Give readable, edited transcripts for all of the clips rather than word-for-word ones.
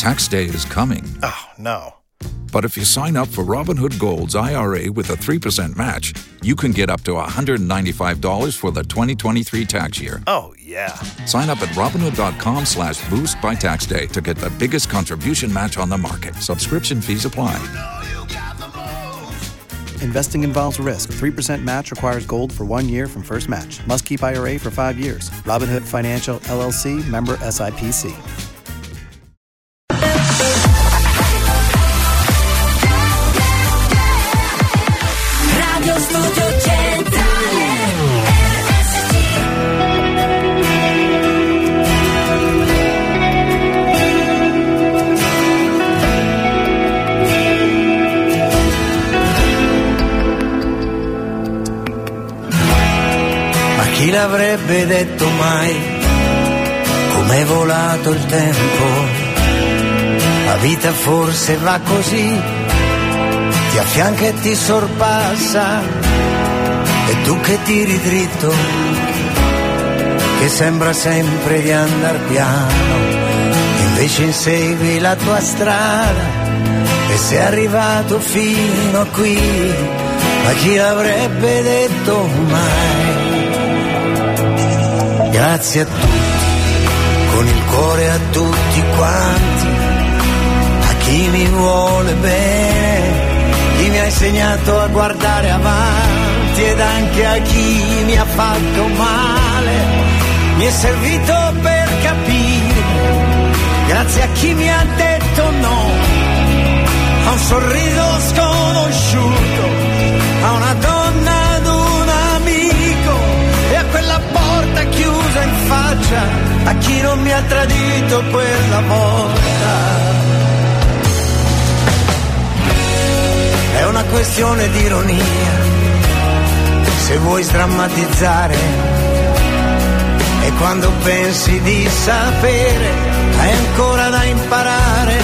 Tax day is coming. Oh, no. But if you sign up for Robinhood Gold's IRA with a 3% match, you can get up to $195 for the 2023 tax year. Oh, yeah. Sign up at Robinhood.com/boost by tax day to get the biggest contribution match on the market. Subscription fees apply. Investing involves risk. 3% match requires gold for 1 year from first match. Must keep IRA for 5 years. Robinhood Financial, LLC, member SIPC. Radio Studio Centrale Ma chi l'avrebbe detto mai, com'è volato il tempo, la vita forse va così, ti affianca e ti sorpassa, e tu che tiri dritto, che sembra sempre di andar piano, invece insegui la tua strada e sei arrivato fino a qui, ma chi l'avrebbe detto mai? Grazie a tutti, con il cuore a tutti quanti, a chi mi vuole bene, chi mi ha insegnato a guardare avanti, ed anche a chi mi ha fatto male, mi è servito per capire, grazie a chi mi ha detto no, a un sorriso sconosciuto, a una donna, ad un amico, e a quella porta chiusa in faccia, a chi non mi ha tradito quella volta. È una questione di ironia, se vuoi sdrammatizzare, e quando pensi di sapere hai ancora da imparare,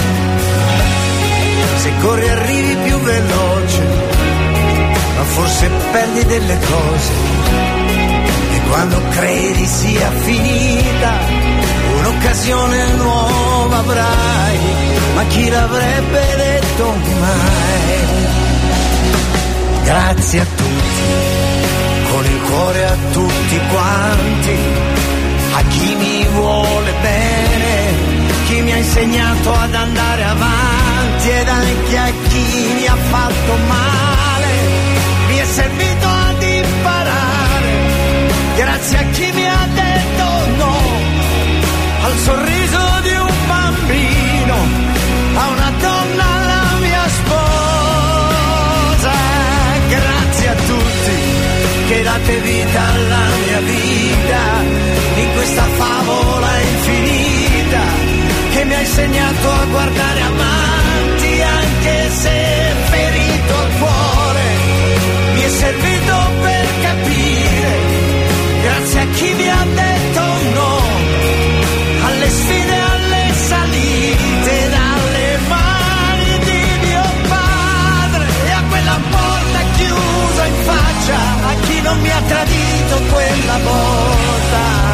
se corri arrivi più veloce, ma forse perdi delle cose, e quando credi sia finita un'occasione nuova avrai, ma chi l'avrebbe detto mai? Grazie a tutti, con il cuore a tutti quanti, a chi mi vuole bene, chi mi ha insegnato ad andare avanti, ed anche a chi mi ha fatto male, mi è servito ad imparare, grazie a chi mi ha detto no, al sorriso di un bambino, a una donna, alla mia sposa. Grazie a tutti che date vita alla mia vita, in questa favola infinita, che mi ha insegnato a guardare avanti, anche se ferito al cuore, mi è servito per capire, grazie a chi mi ha detto no, alle sfide, alle salite, dalle mani di mio padre, e a quella porta chiusa in faccia, a chi non mi ha tradito quella volta.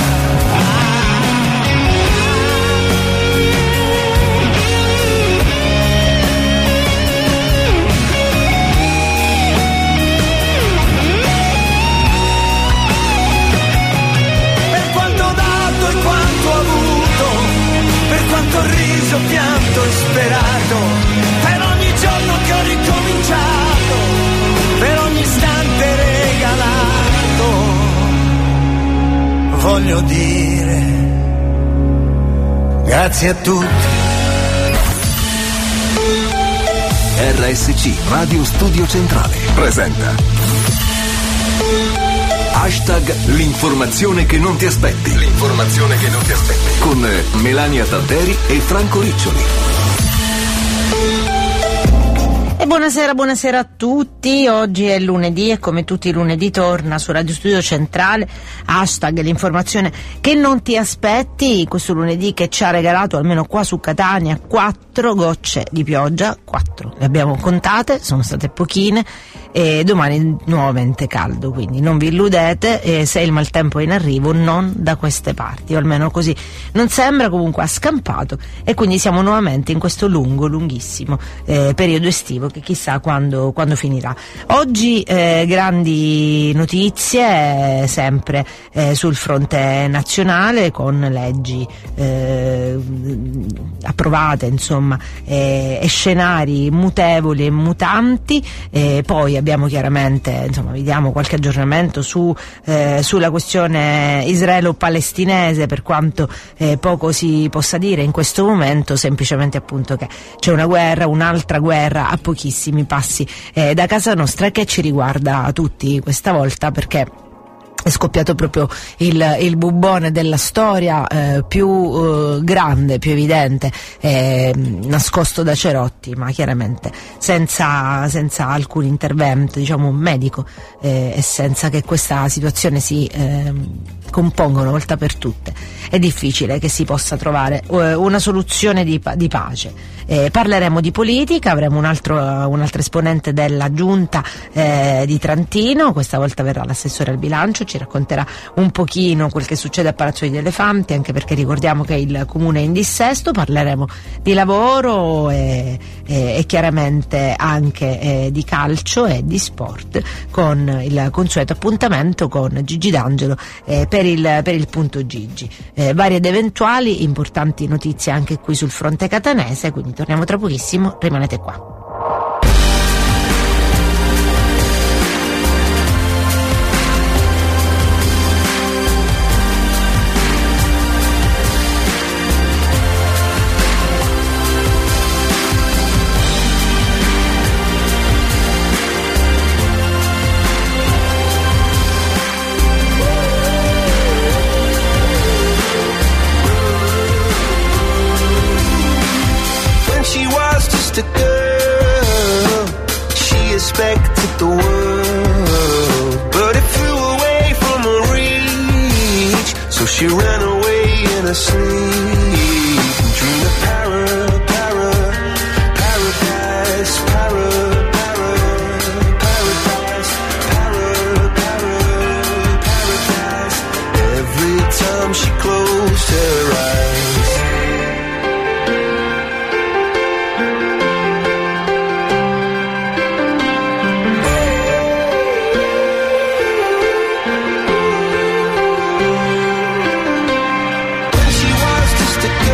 Per quanto riso, pianto e sperato, per ogni giorno che ho ricominciato, per ogni istante regalato, voglio dire grazie a tutti. RSC Radio Studio Centrale presenta Hashtag l'informazione che non ti aspetti. L'informazione che non ti aspetti. Con Melania Tanteri e Franco Riccioli. E buonasera a tutti. Oggi è lunedì e come tutti i lunedì torna su Radio Studio Centrale Hashtag l'informazione che non ti aspetti. Questo lunedì che ci ha regalato, almeno qua su Catania, 4 4 gocce di pioggia, 4, le abbiamo contate, sono state pochine, e domani nuovamente caldo, quindi non vi illudete, se il maltempo è in arrivo non da queste parti, o almeno così non sembra. Comunque ha scampato e quindi siamo nuovamente in questo lunghissimo periodo estivo che chissà quando finirà. Oggi grandi notizie sempre sul fronte nazionale, con leggi approvate, insomma, e scenari mutevoli e mutanti. Poi abbiamo chiaramente, insomma, vediamo qualche aggiornamento sulla questione israelo-palestinese, per quanto poco si possa dire in questo momento, semplicemente appunto che c'è una guerra, un'altra guerra a pochissimi passi da casa nostra, che ci riguarda tutti questa volta, perché è scoppiato proprio il bubbone della storia più grande, più evidente, nascosto da cerotti, ma chiaramente senza alcun intervento, diciamo, medico, e senza che questa situazione si componga una volta per tutte. È difficile che si possa trovare una soluzione di pace. Parleremo di politica, avremo un altro esponente della giunta di Trentino, questa volta verrà l'assessore al bilancio, ci racconterà un pochino quel che succede a Palazzo degli Elefanti, anche perché ricordiamo che il comune è in dissesto. Parleremo di lavoro e chiaramente anche di calcio e di sport, con il consueto appuntamento con Gigi D'Angelo per il punto Gigi. Varie ed eventuali importanti notizie anche qui sul fronte catanese, quindi torniamo tra pochissimo, rimanete qua. A girl, she expected the world, but it flew away from her reach, so she ran away in her sleep and dreamed of paradise, paradise, paradise. Every time she closed her eyes. Just a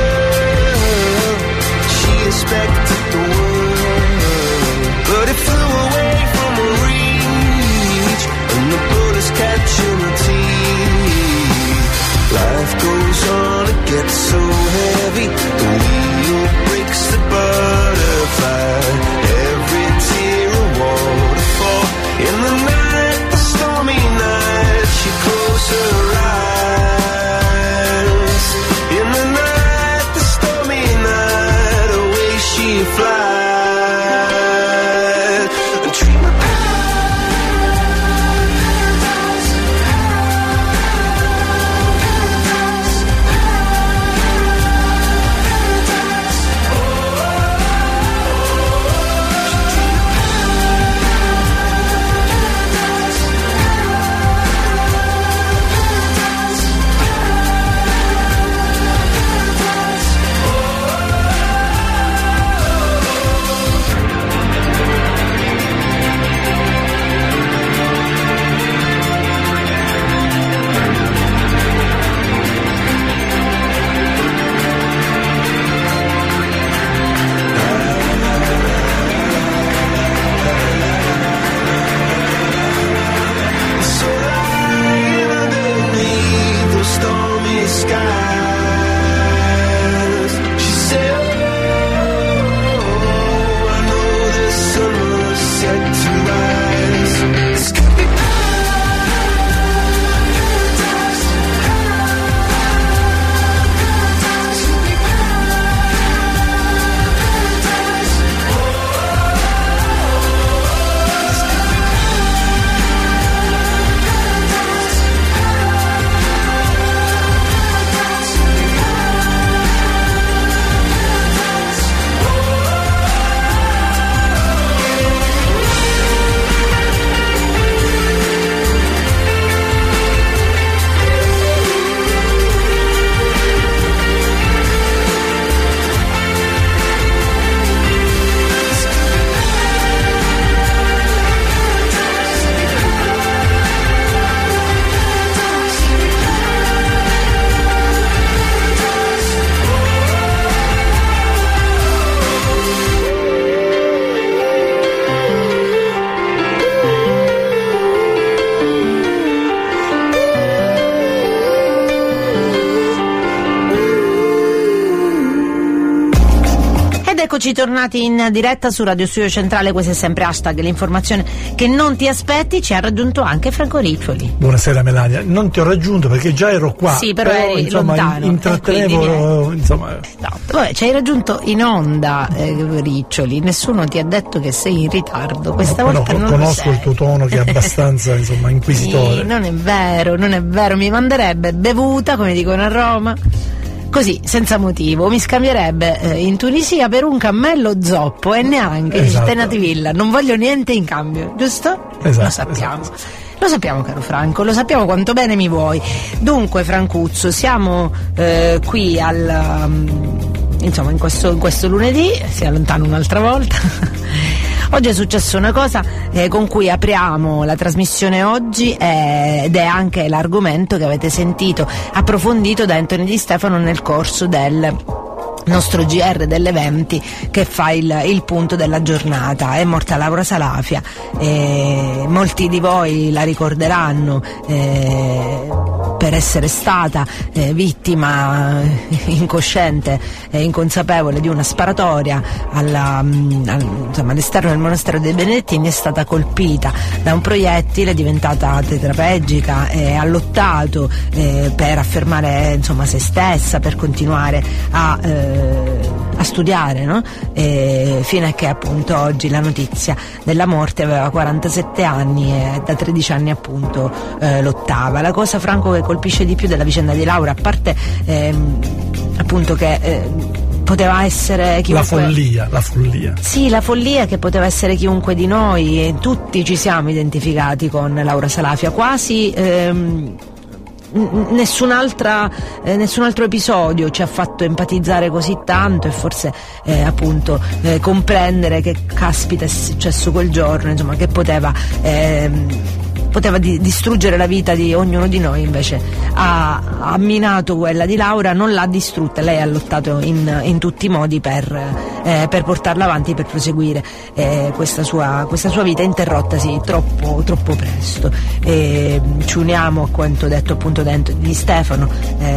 eccoci tornati in diretta su Radio Studio Centrale. Questo è sempre hashtag l'informazione che non ti aspetti. Ci ha raggiunto anche Franco Riccioli. Buonasera Melania, non ti ho raggiunto perché già ero qua. Sì, però eri insomma, lontano. Intrattenevo, insomma. No, vabbè, ci hai raggiunto in onda, Riccioli. Nessuno ti ha detto che sei in ritardo. Questa volta non conosco lo sei. il tuo tono che è abbastanza insomma inquisitore. Sì, non è vero, mi manderebbe bevuta, come dicono a Roma, così senza motivo, mi scambierebbe in Tunisia per un cammello zoppo e neanche esatto. Cittadinantivilla, non voglio niente in cambio, giusto? Esatto, lo sappiamo. esatto. Lo sappiamo, caro Franco, lo sappiamo quanto bene mi vuoi. Dunque, Francuzzo, siamo qui insomma in questo lunedì, si allontana un'altra volta. Oggi è successa una cosa con cui apriamo la trasmissione oggi ed è anche l'argomento che avete sentito approfondito da Anthony Di Stefano nel corso del nostro GR delle 20 che fa il punto della giornata. È morta Laura Salafia, molti di voi la ricorderanno per essere stata vittima incosciente e inconsapevole di una sparatoria all'esterno del monastero dei Benedettini. È stata colpita da un proiettile, è diventata tetrapegica e ha lottato per affermare insomma se stessa, per continuare a studiare, no? Fino a che appunto oggi la notizia della morte. Aveva 47 anni e da 13 anni appunto lottava. La cosa, Franco, che colpisce di più della vicenda di Laura, a parte appunto che poteva essere chiunque. La follia. Sì, la follia, che poteva essere chiunque di noi, e tutti ci siamo identificati con Laura Salafia, quasi nessun altro episodio ci ha fatto empatizzare così tanto e forse appunto comprendere che caspita è successo quel giorno, insomma, che poteva distruggere la vita di ognuno di noi. Invece ha minato quella di Laura, non l'ha distrutta. Lei ha lottato in tutti i modi per portarla avanti, per proseguire questa sua vita interrottasi troppo presto. Ci uniamo a quanto detto appunto di Stefano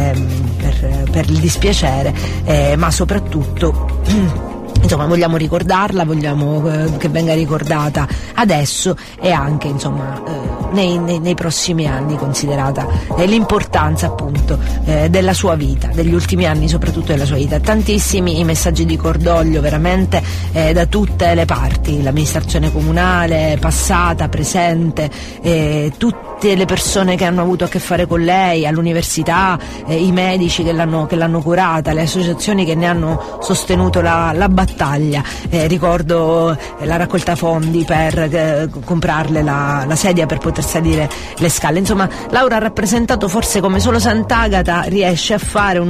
per il dispiacere, ma soprattutto insomma vogliamo ricordarla, vogliamo che venga ricordata adesso e anche insomma nei prossimi anni, considerata l'importanza appunto della sua vita, degli ultimi anni soprattutto della sua vita. Tantissimi i messaggi di cordoglio veramente da tutte le parti, l'amministrazione comunale passata, presente, tutte le persone che hanno avuto a che fare con lei all'università, i medici che l'hanno curata, le associazioni che ne hanno sostenuto la battaglia. Ricordo la raccolta fondi per comprarle la sedia per poter salire le scale. Insomma, Laura ha rappresentato forse come solo Sant'Agata riesce a fare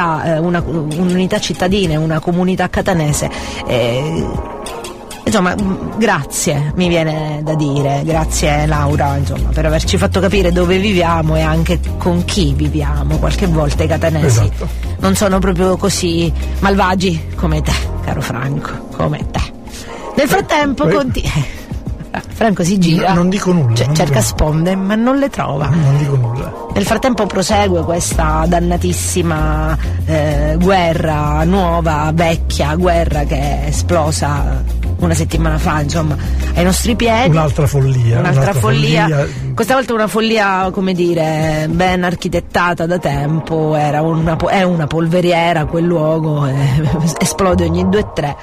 un'unità cittadina, una comunità catanese. Insomma, grazie, mi viene da dire, grazie Laura, insomma, per averci fatto capire dove viviamo e anche con chi viviamo. Qualche volta i catanesi esatto. non sono proprio così malvagi come te, caro Franco, come te. Nel frattempo Franco si gira, non dico nulla, cerca sponde ma non le trova. Non dico nulla. Nel frattempo prosegue questa dannatissima guerra, nuova, vecchia guerra che è esplosa una settimana fa, insomma, ai nostri piedi. Un'altra follia. Questa volta una follia, come dire, ben architettata da tempo. È una polveriera quel luogo, esplode ogni 2-3.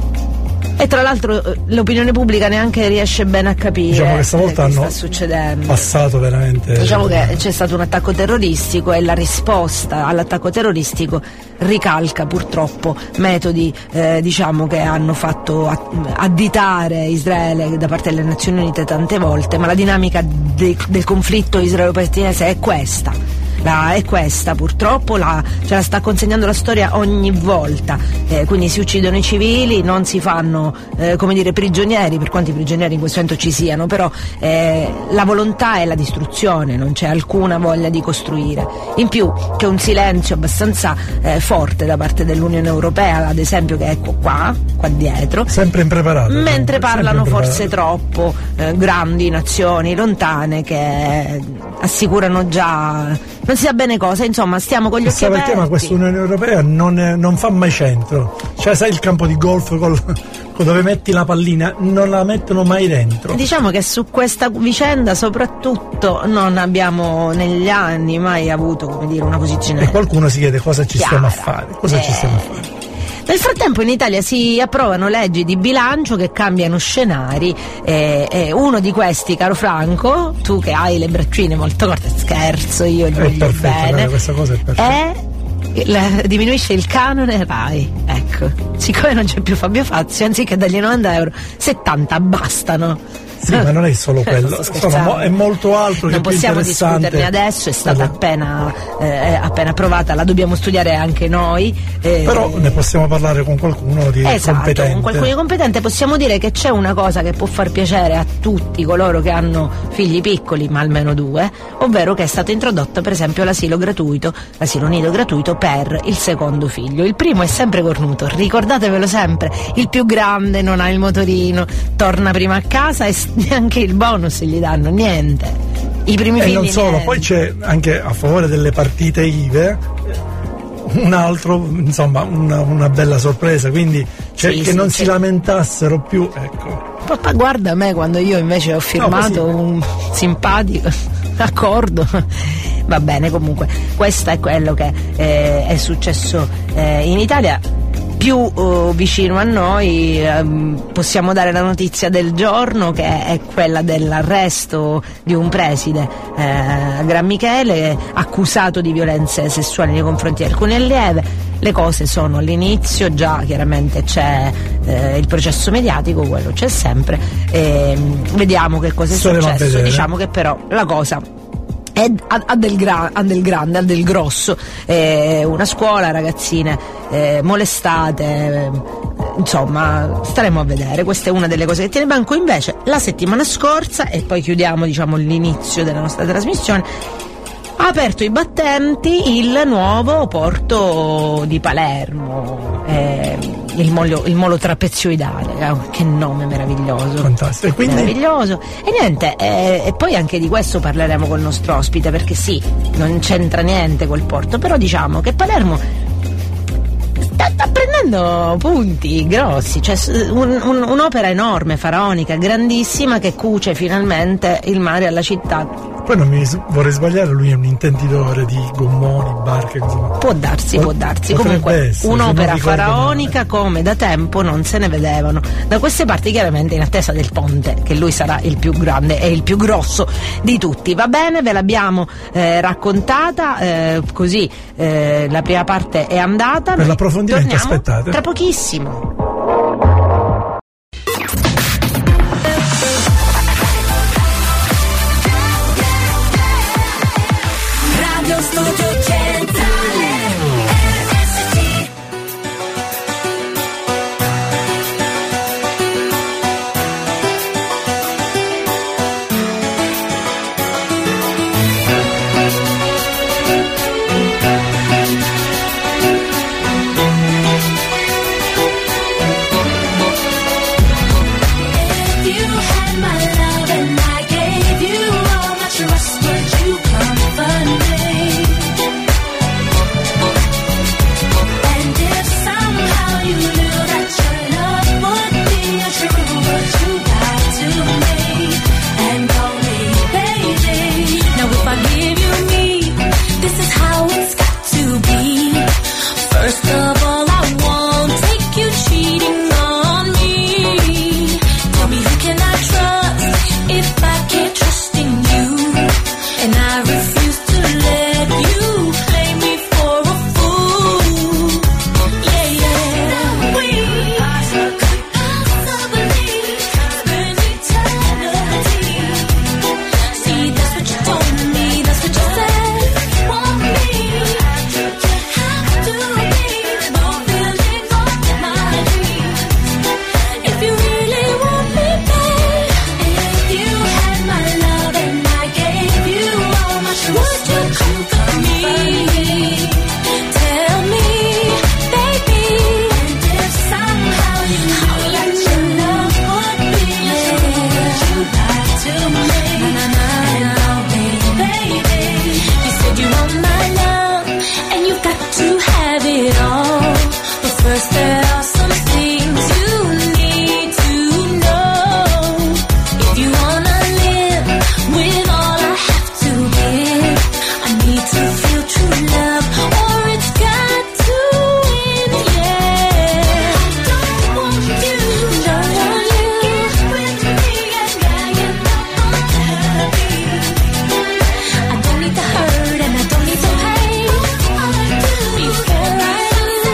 E tra l'altro l'opinione pubblica neanche riesce bene a capire, diciamo che stavolta che sta succedendo. Passato veramente. Diciamo che c'è stato un attacco terroristico e la risposta all'attacco terroristico ricalca purtroppo metodi diciamo che hanno fatto additare Israele da parte delle Nazioni Unite tante volte, ma la dinamica del conflitto israelo-palestinese è questa. È questa purtroppo, ce la sta consegnando la storia ogni volta, quindi si uccidono i civili, non si fanno come dire prigionieri, per quanti prigionieri in questo momento ci siano, però la volontà è la distruzione, non c'è alcuna voglia di costruire. In più c'è un silenzio abbastanza forte da parte dell'Unione Europea, ad esempio, che ecco qua dietro, sempre impreparato, mentre parlano forse troppo grandi nazioni lontane che assicurano già non si sa bene cosa, insomma stiamo con gli occhi aperti. Perché? Ma questa Unione Europea non fa mai centro, cioè sai il campo di golf dove metti la pallina, non la mettono mai dentro. Diciamo che su questa vicenda soprattutto non abbiamo negli anni mai avuto, come dire, una posizione e qualcuno si chiede cosa ci chiara. Stiamo a fare, ci stiamo a fare. Nel frattempo in Italia si approvano leggi di bilancio che cambiano scenari e uno di questi, caro Franco, tu che hai le braccine molto corte, scherzo, io ti voglio bene, questa cosa è perfetta. Diminuisce il canone Rai, ecco, siccome non c'è più Fabio Fazio, anziché dargli 90 euro 70 bastano. Sì, ma non è solo quello, insomma, è molto altro. Non che possiamo più interessante. discuterne adesso, è stata appena approvata, la dobbiamo studiare anche noi. Però ne possiamo parlare con qualcuno di competente. Con qualcuno di competente. Possiamo dire che c'è una cosa che può far piacere a tutti coloro che hanno figli piccoli, ma almeno 2, ovvero che è stato introdotto per esempio l'asilo nido gratuito per il secondo figlio. Il primo è sempre cornuto, ricordatevelo sempre, il più grande non ha il motorino, torna prima a casa e neanche il bonus gli danno, niente. I primi figli non solo, niente. Poi c'è anche a favore delle partite IVE un altro, insomma, una bella sorpresa, quindi non si lamentassero più, ecco. Papà guarda me quando io invece ho firmato un simpatico accordo. Va bene, comunque questo è quello che è successo in Italia. Più vicino a noi possiamo dare la notizia del giorno, che è quella dell'arresto di un preside a Gran Michele, accusato di violenze sessuali nei confronti di alcuni allievi. Le cose sono all'inizio, già chiaramente c'è il processo mediatico, quello c'è sempre, vediamo che cosa è successo. Diciamo che però la cosa ha del grosso, una scuola, ragazzine molestate, insomma staremo a vedere. Questa è una delle cose che tiene banco. Invece la settimana scorsa, e poi chiudiamo l'inizio della nostra trasmissione, ha aperto i battenti il nuovo porto di Palermo, il molo trapezioidale, che nome meraviglioso. Fantastico. Quindi... meraviglioso. E niente, e poi anche di questo parleremo col nostro ospite, perché sì, non c'entra niente col porto, però diciamo che Palermo sta prendendo punti grossi, cioè un'opera enorme, faraonica, grandissima, che cuce finalmente il mare alla città. Poi non mi vorrei sbagliare, lui è un intenditore di gommoni, barche, insomma. Può darsi. Comunque essere, un'opera faraonica come da tempo non se ne vedevano da queste parti, chiaramente in attesa del ponte, che lui sarà il più grande e il più grosso di tutti. Va bene, ve l'abbiamo raccontata, così la prima parte è andata. Per l'approfondimento aspettate tra pochissimo. Studio Centrale RSC. there are some things you need to know. If you wanna live with all I have to give, I need to feel true love, or it's got to end, yeah. I don't want you, don't want you with me, and I am not unhappy. I don't need the hurt and I don't need the pain before I do.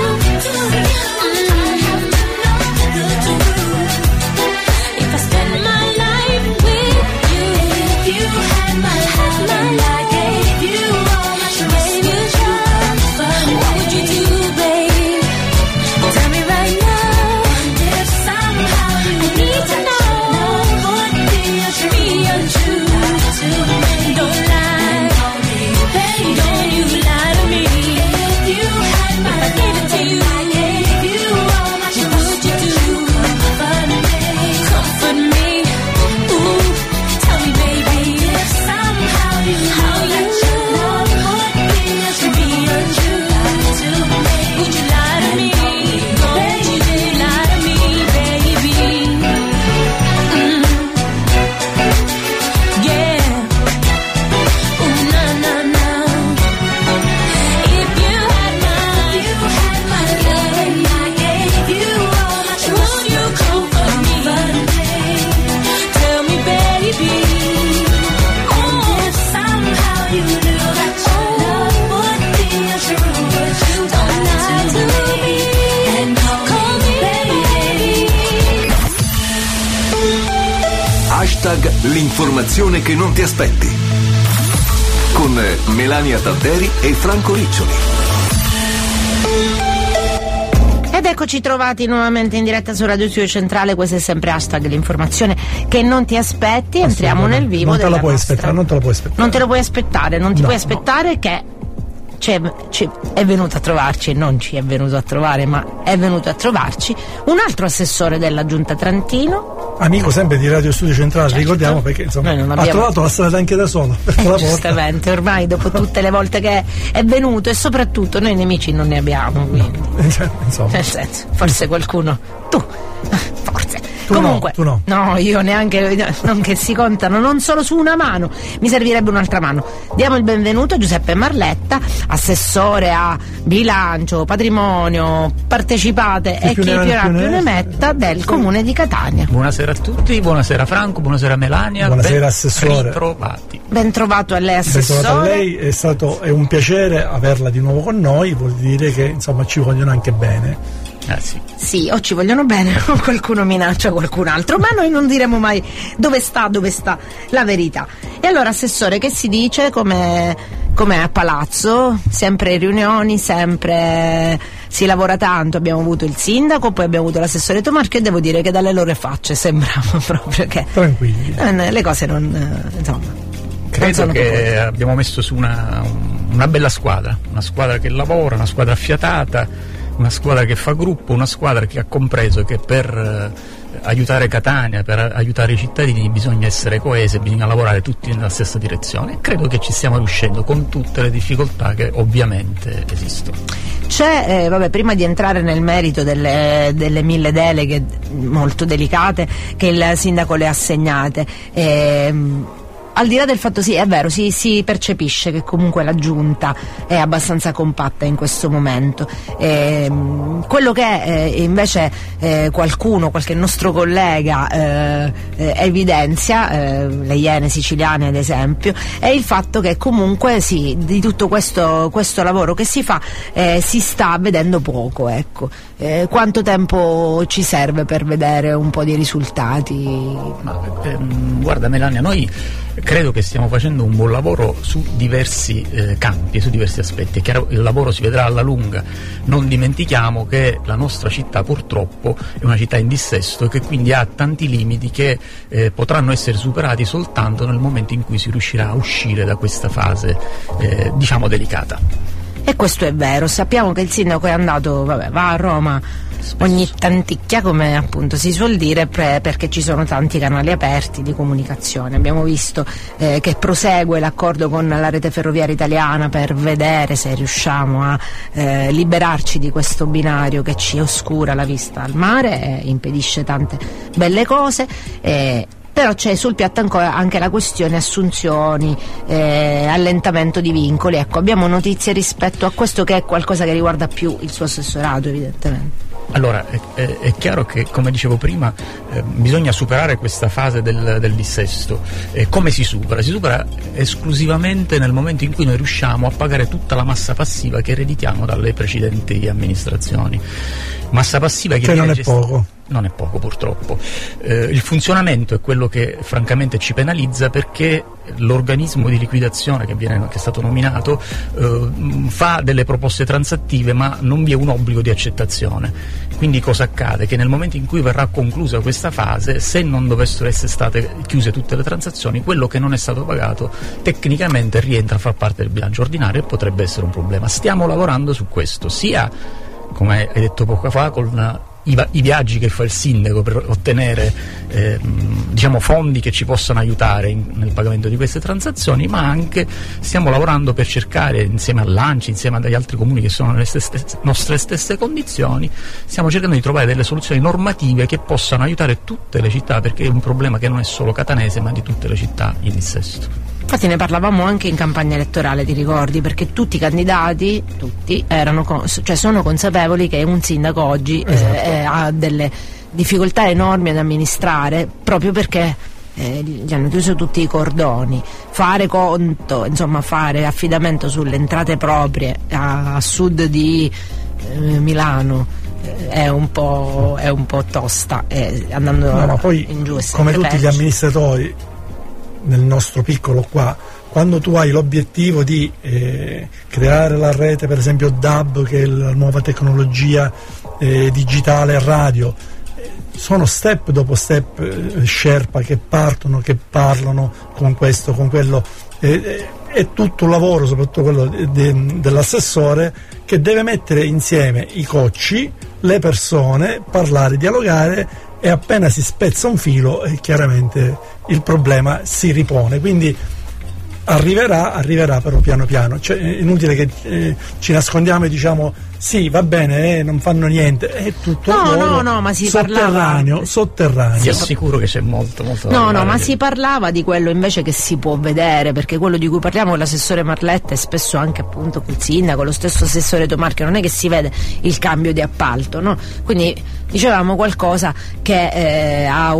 If I spend my life with you, if you had my life, I gave you all my trust, what would you do, babe? Tell me right now. If somehow you need to know what feels untrue to me, don't lie, babe, don't you lie to me. If you had my life, I gave it to you, I gave you all my trust, what would you do? Comfort me, ooh, tell me, baby, if somehow you let your love what feels untrue to me, would you lie to me, baby, lie to me, baby, yeah, ooh, na, na, na. If you had my love and I gave you all my trust, would you comfort me? Tell me, baby. Oh, if somehow you knew that your love would feel true, don't lie to me and call me baby. Hashtag l'informazione che non ti aspetti. Con Melania Talderi e Franco Riccioli. Ed eccoci trovati nuovamente in diretta su Radio Studio Centrale. Questo è sempre hashtag l'informazione che non ti aspetti. Entriamo nel vivo non te della la puoi nostra. aspettare, non te la puoi aspettare. Non te lo puoi aspettare, non ti No, puoi no. aspettare che è venuto a trovarci, e non ci è venuto a trovare, ma è venuto a trovarci un altro assessore della Giunta Trentino. Amico sempre di Radio Studio Centrale, Certo. ricordiamo, perché insomma Noi non ha abbiamo- trovato la strada anche da solo per la porta. Giustamente, ormai dopo tutte le volte che è venuto, e soprattutto noi nemici non ne abbiamo, quindi. Insomma. Nel senso, forse qualcuno. Tu, forse. Tu Comunque, no, tu no. no, io neanche, non che si contano, non solo su una mano, mi servirebbe un'altra mano. Diamo il benvenuto a Giuseppe Marletta, assessore a bilancio, patrimonio, partecipate e chi più ne metta del Comune di Catania. Buonasera a tutti, buonasera Franco, buonasera Melania. Buonasera, assessore. Ritrovati. Ben trovato a lei, assessore. Bentornato a lei, è un piacere averla di nuovo con noi, vuol dire che insomma ci vogliono anche bene. Sì. Sì, o ci vogliono bene o qualcuno minaccia qualcun altro, ma noi non diremo mai dove sta la verità. E allora, assessore, che si dice? Com'è a Palazzo? Sempre riunioni, sempre si lavora tanto. Abbiamo avuto il sindaco, poi abbiamo avuto l'assessore Tomarchi, e devo dire che dalle loro facce sembrava proprio che Tranquilli. le cose non, insomma, non Credo sono che così. abbiamo messo su una bella squadra, una squadra che lavora, una squadra affiatata, una squadra che fa gruppo, una squadra che ha compreso che per aiutare Catania, per aiutare i cittadini bisogna essere coesi, bisogna lavorare tutti nella stessa direzione. Credo che ci stiamo riuscendo con tutte le difficoltà che ovviamente esistono. C'è, prima di entrare nel merito delle 1000 deleghe molto delicate che il sindaco le ha assegnate, al di là del fatto, sì, è vero, si percepisce che comunque la giunta è abbastanza compatta in questo momento. Quello che invece qualche nostro collega evidenzia, le Iene siciliane ad esempio, è il fatto che comunque sì, di tutto questo lavoro che si fa si sta vedendo poco, ecco. Quanto tempo ci serve per vedere un po' di risultati? Guarda Melania, noi credo che stiamo facendo un buon lavoro su diversi campi, su diversi aspetti. È chiaro, il lavoro si vedrà alla lunga. Non dimentichiamo che la nostra città purtroppo è una città in dissesto e che quindi ha tanti limiti che potranno essere superati soltanto nel momento in cui si riuscirà a uscire da questa fase diciamo delicata. E questo è vero, sappiamo che il sindaco è andato, va a Roma ogni tanticchia, come appunto si suol dire, perché ci sono tanti canali aperti di comunicazione. Abbiamo visto che prosegue l'accordo con la rete ferroviaria italiana per vedere se riusciamo a liberarci di questo binario che ci oscura la vista al mare e impedisce tante belle cose. Però c'è sul piatto ancora anche la questione assunzioni, allentamento di vincoli. Ecco, abbiamo notizie rispetto a questo, che è qualcosa che riguarda più il suo assessorato, evidentemente. Allora, è chiaro che, come dicevo prima, bisogna superare questa fase del dissesto. Come si supera? Si supera esclusivamente nel momento in cui noi riusciamo a pagare tutta la massa passiva che ereditiamo dalle precedenti amministrazioni. Massa passiva che non è poco. Non è poco, purtroppo. Il funzionamento è quello che francamente ci penalizza, perché l'organismo di liquidazione che è stato nominato fa delle proposte transattive, ma non vi è un obbligo di accettazione. Quindi cosa accade? Che nel momento in cui verrà conclusa questa fase, se non dovessero essere state chiuse tutte le transazioni, quello che non è stato pagato tecnicamente rientra a far parte del bilancio ordinario e potrebbe essere un problema. Stiamo lavorando su questo, sia, come hai detto poco fa, con i viaggi che fa il sindaco per ottenere fondi che ci possano aiutare nel pagamento di queste transazioni, ma anche stiamo lavorando per cercare, insieme all'ANCI, insieme agli altri comuni che sono nelle nostre stesse condizioni, stiamo cercando di trovare delle soluzioni normative che possano aiutare tutte le città, perché è un problema che non è solo catanese ma di tutte le città in dissesto. Infatti ne parlavamo anche in campagna elettorale, ti ricordi? Perché tutti i candidati, sono consapevoli che un sindaco oggi ha delle difficoltà enormi ad amministrare, proprio perché gli hanno chiuso tutti i cordoni. Fare conto, fare affidamento sulle entrate proprie a sud di Milano è un po' tosta, andando poi, in giù. Come tutti gli amministratori nel nostro piccolo qua, quando tu hai l'obiettivo di creare la rete, per esempio DAB, che è la nuova tecnologia digitale radio, sono step dopo step Sherpa che partono, che parlano con questo, con quello, è tutto un lavoro, soprattutto quello dell'assessore, che deve mettere insieme i cocci, le persone, parlare, dialogare, e appena si spezza un filo chiaramente il problema si ripone. Quindi arriverà però piano piano. Cioè, è inutile che ci nascondiamo e diciamo sì, va bene, non fanno niente, è tutto ma si sotterraneo. Ti assicuro che c'è molto ma si parlava di quello invece che si può vedere, perché quello di cui parliamo con l'assessore Marletta e spesso anche appunto il sindaco, lo stesso assessore Tomarchio, non è che si vede il cambio di appalto, no? Quindi dicevamo qualcosa che ha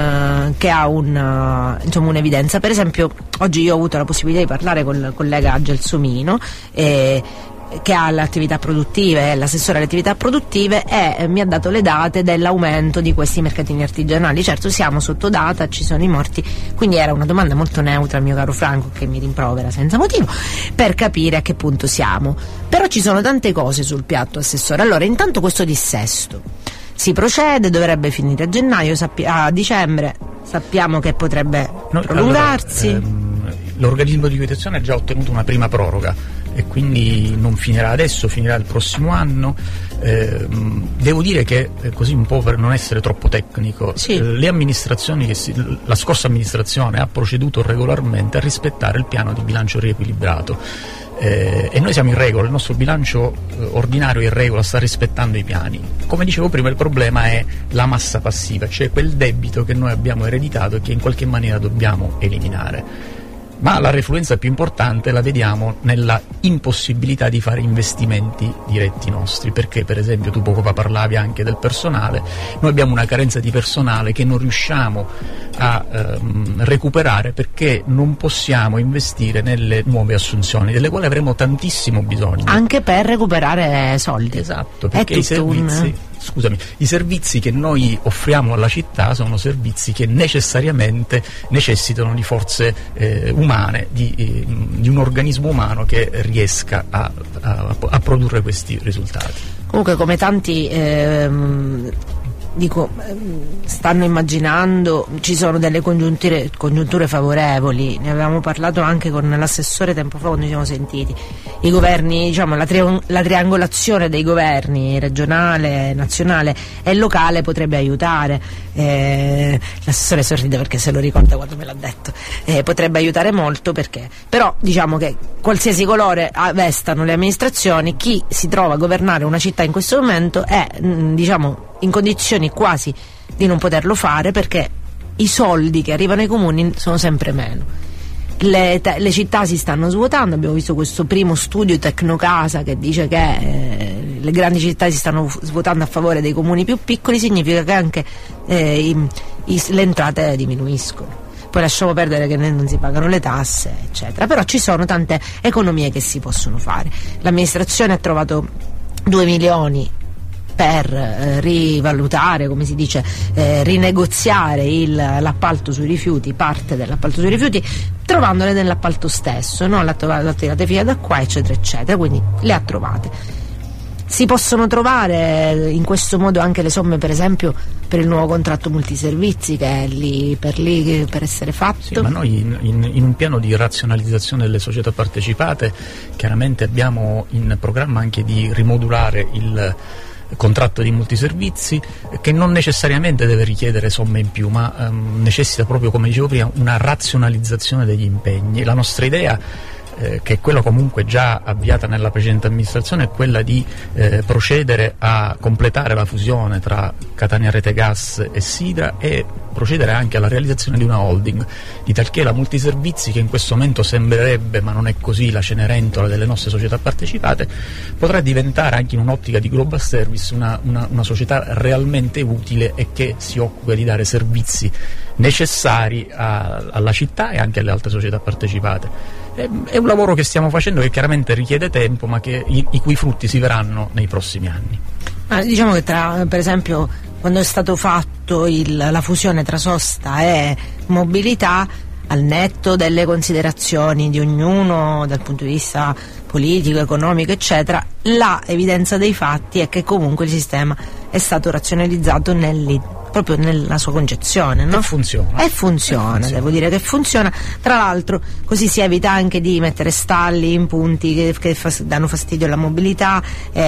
un'evidenza. Per esempio, oggi io ho avuto la possibilità di parlare con il collega Gelsomino, che ha le attività produttive, è l'assessore alle attività produttive, e mi ha dato le date dell'aumento di questi mercatini artigianali. Certo, siamo sotto data, ci sono i morti, quindi era una domanda molto neutra, mio caro Franco, che mi rimprovera senza motivo, per capire a che punto siamo. Però ci sono tante cose sul piatto, assessore. Allora, intanto questo dissesto si procede, dovrebbe finire a gennaio, a dicembre sappiamo che potrebbe prolungarsi. L'organismo di liquidazione ha già ottenuto una prima proroga e quindi non finirà adesso, finirà il prossimo anno. Devo dire che, così un po' per non essere troppo tecnico, le amministrazioni la scorsa amministrazione ha proceduto regolarmente a rispettare il piano di bilancio riequilibrato. E noi siamo in regola, il nostro bilancio ordinario è in regola, sta rispettando i piani. Come dicevo prima, il problema è la massa passiva, cioè quel debito che noi abbiamo ereditato e che in qualche maniera dobbiamo eliminare. Ma la refluenza più importante la vediamo nella impossibilità di fare investimenti diretti nostri, perché per esempio tu poco fa parlavi anche del personale, noi abbiamo una carenza di personale che non riusciamo a recuperare, perché non possiamo investire nelle nuove assunzioni, delle quali avremo tantissimo bisogno. Anche per recuperare soldi. Esatto, perché i servizi che noi offriamo alla città sono servizi che necessariamente necessitano di forze umane, di un organismo umano che riesca a produrre questi risultati. Comunque, come tanti dico, stanno immaginando, ci sono delle congiunture favorevoli, ne avevamo parlato anche con l'assessore tempo fa quando ci siamo sentiti. I governi, diciamo, la triangolazione dei governi regionale, nazionale e locale potrebbe aiutare. L'assessore sorride perché se lo ricorda quando me l'ha detto. Potrebbe aiutare molto, perché però diciamo che qualsiasi colore vestano le amministrazioni, chi si trova a governare una città in questo momento è diciamo in condizioni quasi di non poterlo fare, perché i soldi che arrivano ai comuni sono sempre meno. Le città si stanno svuotando, abbiamo visto questo primo studio Tecnocasa che dice che le grandi città si stanno svuotando a favore dei comuni più piccoli, significa che anche le entrate diminuiscono. Poi lasciamo perdere che non si pagano le tasse, eccetera, però ci sono tante economie che si possono fare. L'amministrazione ha trovato 2 milioni per rivalutare, come si dice, rinegoziare l'appalto sui rifiuti, parte dell'appalto sui rifiuti, trovandole nell'appalto stesso, no? L'ha tirate via da qua, eccetera, eccetera, quindi le ha trovate. Si possono trovare in questo modo anche le somme, per esempio, per il nuovo contratto multiservizi che è lì per essere fatto. Sì, ma noi in un piano di razionalizzazione delle società partecipate chiaramente abbiamo in programma anche di rimodulare il contratto di multiservizi, che non necessariamente deve richiedere somme in più, ma necessita proprio, come dicevo prima, una razionalizzazione degli impegni. La nostra idea, che è quella comunque già avviata nella precedente amministrazione, è quella di procedere a completare la fusione tra Catania Rete Gas e Sidra e procedere anche alla realizzazione di una holding, di talché la multiservizi, che in questo momento sembrerebbe, ma non è così, la Cenerentola delle nostre società partecipate, potrà diventare anche in un'ottica di global service una società realmente utile e che si occupa di dare servizi necessari alla città e anche alle altre società partecipate. È un lavoro che stiamo facendo, che chiaramente richiede tempo, ma i cui frutti si verranno nei prossimi anni. Diciamo che per esempio quando è stato fatto la fusione tra sosta e mobilità, al netto delle considerazioni di ognuno dal punto di vista politico, economico, eccetera, la evidenza dei fatti è che comunque il sistema è stato razionalizzato proprio nella sua concezione, no? E funziona. Devo dire che funziona. Tra l'altro così si evita anche di mettere stalli in punti che danno fastidio alla mobilità,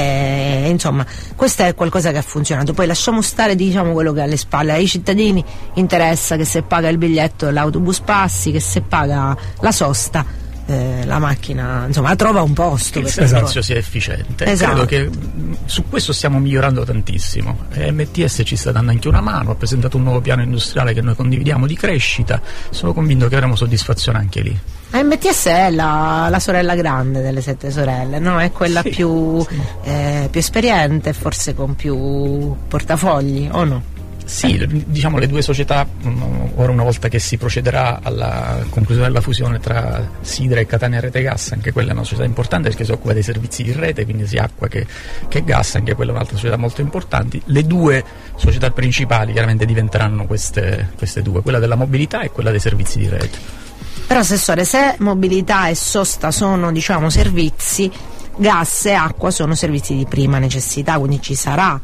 insomma questo è qualcosa che ha funzionato. Poi lasciamo stare, diciamo, quello che è alle spalle. Ai cittadini interessa che se paga il biglietto l'autobus passi, che se paga la sosta la macchina, insomma, trova un posto. Il servizio sia efficiente. Esatto. Credo che su questo stiamo migliorando tantissimo. MTS ci sta dando anche una mano, ha presentato un nuovo piano industriale che noi condividiamo di crescita. Sono convinto che avremo soddisfazione anche lì. MTS è la sorella grande delle 7 sorelle, no? È quella più esperiente, forse con più portafogli, o no? Sì, diciamo le due società, ora una volta che si procederà alla conclusione della fusione tra Sidra e Catania Rete Gas, anche quella è una società importante perché si occupa dei servizi di rete, quindi sia acqua che gas, anche quella è un'altra società molto importante. Le due società principali chiaramente diventeranno queste due, quella della mobilità e quella dei servizi di rete. Però assessore, se mobilità e sosta sono, diciamo, servizi, gas e acqua sono servizi di prima necessità, quindi ci sarà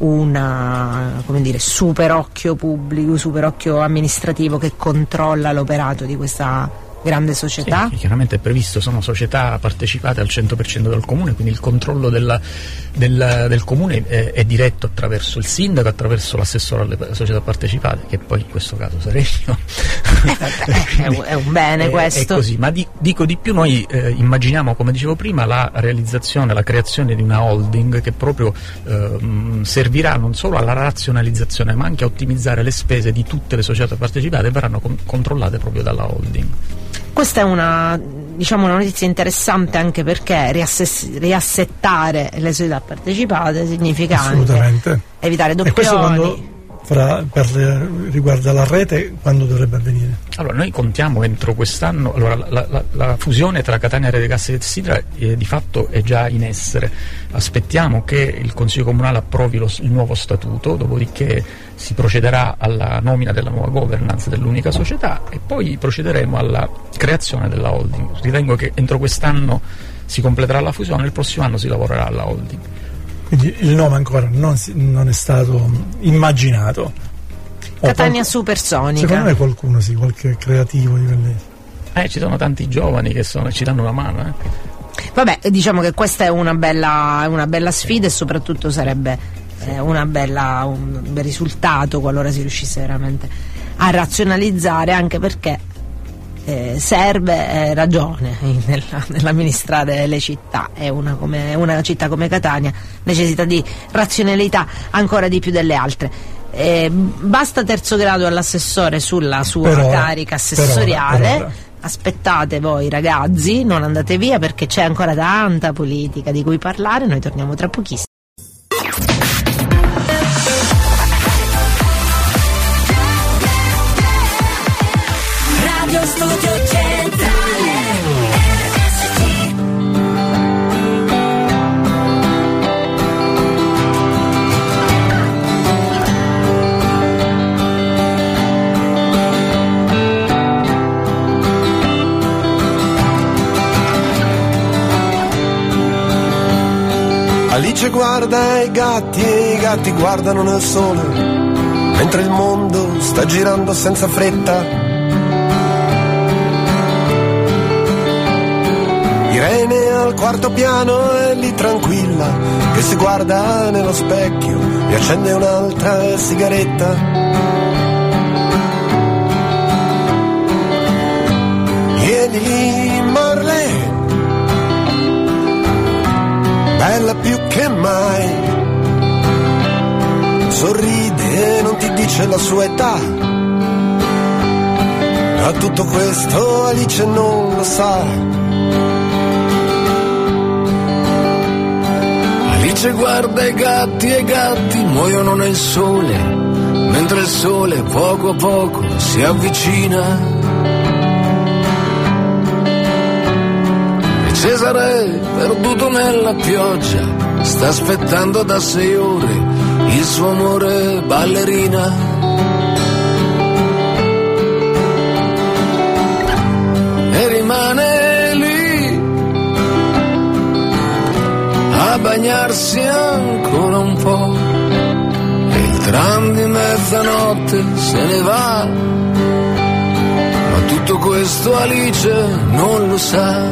super occhio pubblico, super occhio amministrativo che controlla l'operato di questa grande società? Sì, chiaramente è previsto, sono società partecipate al 100% dal comune, quindi il controllo del comune è diretto attraverso il sindaco, attraverso l'assessore alle società partecipate, che poi in questo caso sarei io. È un bene questo. È così, ma dico di più, noi immaginiamo, come dicevo prima, la realizzazione, la creazione di una holding che proprio servirà non solo alla razionalizzazione ma anche a ottimizzare le spese di tutte le società partecipate e verranno controllate proprio dalla holding. Questa è una notizia interessante, anche perché riassettare le società partecipate significa anche evitare doppioni. Riguarda la rete, quando dovrebbe avvenire? Allora, noi contiamo entro quest'anno. Allora, la fusione tra Catania Rete Gas e Sidra di fatto è già in essere. Aspettiamo che il Consiglio Comunale approvi il nuovo statuto, dopodiché si procederà alla nomina della nuova governance dell'unica società e poi procederemo alla creazione della holding. Ritengo che entro quest'anno si completerà la fusione, il prossimo anno si lavorerà alla holding. Quindi il nome ancora non è stato immaginato. Catania Supersonica. Secondo me qualcuno, qualche creativo di quelli. Ci sono tanti giovani che ci danno una mano. Vabbè, diciamo che questa è una bella sfida e soprattutto sarebbe un bel risultato qualora si riuscisse veramente a razionalizzare, anche perché serve ragione nell'amministrare le città, e una città come Catania necessita di razionalità ancora di più delle altre. Basta terzo grado all'assessore sulla sua carica assessoriale. Per ora. Aspettate voi ragazzi, non andate via, perché c'è ancora tanta politica di cui parlare. Noi torniamo tra pochissimo. Radio Studio Centrale RSC. Alice guarda i gatti e i gatti guardano nel sole, mentre il mondo sta girando senza fretta. Irene al quarto piano è lì tranquilla, che si guarda nello specchio e accende un'altra sigaretta. Ieri Marlene, bella più che mai, sorride e non ti dice la sua età. A tutto questo Alice non lo sa. Alice guarda i gatti e i gatti muoiono nel sole, mentre il sole poco a poco si avvicina. E Cesare, perduto nella pioggia, sta aspettando da 6 ore il suo amore ballerina. E rimane lì a bagnarsi ancora un po', e il tram di mezzanotte se ne va, ma tutto questo Alice non lo sa.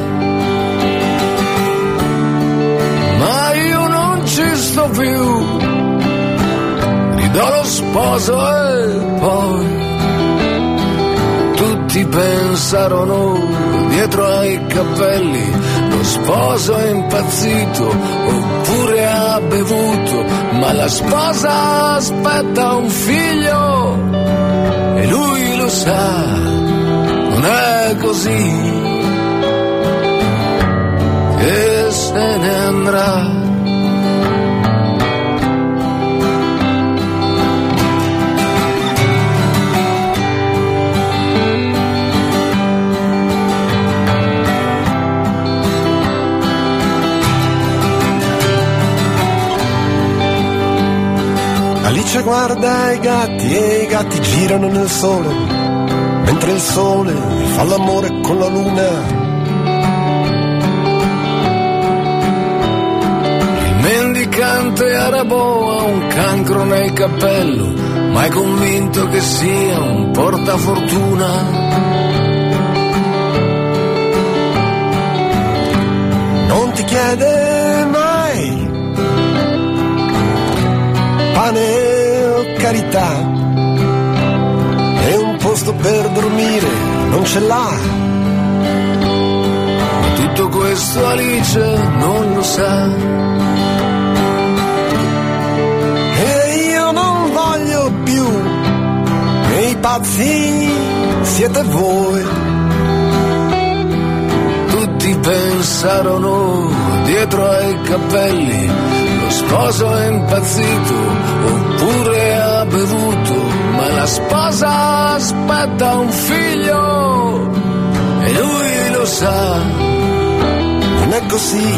Ma io non ci sto più, ridò lo sposo e poi tutti pensarono dietro ai cappelli, lo sposo è impazzito oppure ha bevuto, ma la sposa aspetta un figlio e lui lo sa, non è così che se ne andrà. Alice guarda i gatti e i gatti girano nel sole, mentre il sole fa l'amore con la luna. Il mendicante arabo ha un cancro nel cappello, ma è convinto che sia un portafortuna. Non ti chiede mai pane o carità, e un posto per dormire non ce l'ha, ma tutto questo Alice non lo sa. E io non voglio più, e i pazzi siete voi. Tutti pensarono dietro ai cappelli, lo sposo è impazzito oppure ha bevuto, ma la sposa aspetta un figlio e lui lo sa, non è così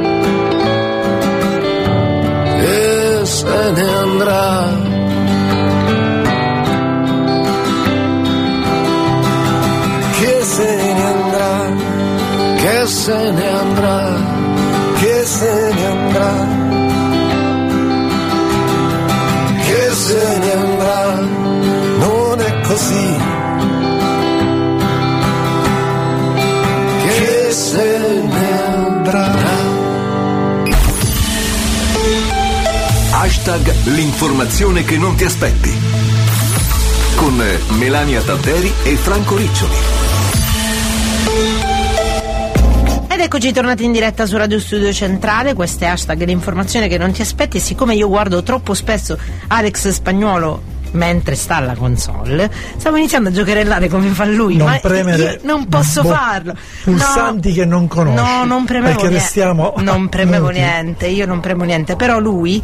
che se ne andrà. Che se ne andrà, che se ne andrà, che se ne andrà. Hashtag l'informazione che non ti aspetti. Con Melania Tanteri e Franco Riccioli. Ed eccoci tornati in diretta su Radio Studio Centrale. Questo è Hashtag l'informazione che non ti aspetti. E siccome io guardo troppo spesso Alex Spagnuolo mentre sta alla console, stavo iniziando a giocherellare come fa lui, non ma premere io non posso farlo. Pulsanti che non conosci. No, non premevo perché niente. restiamo Non premevo muti. niente, io non premo niente, però lui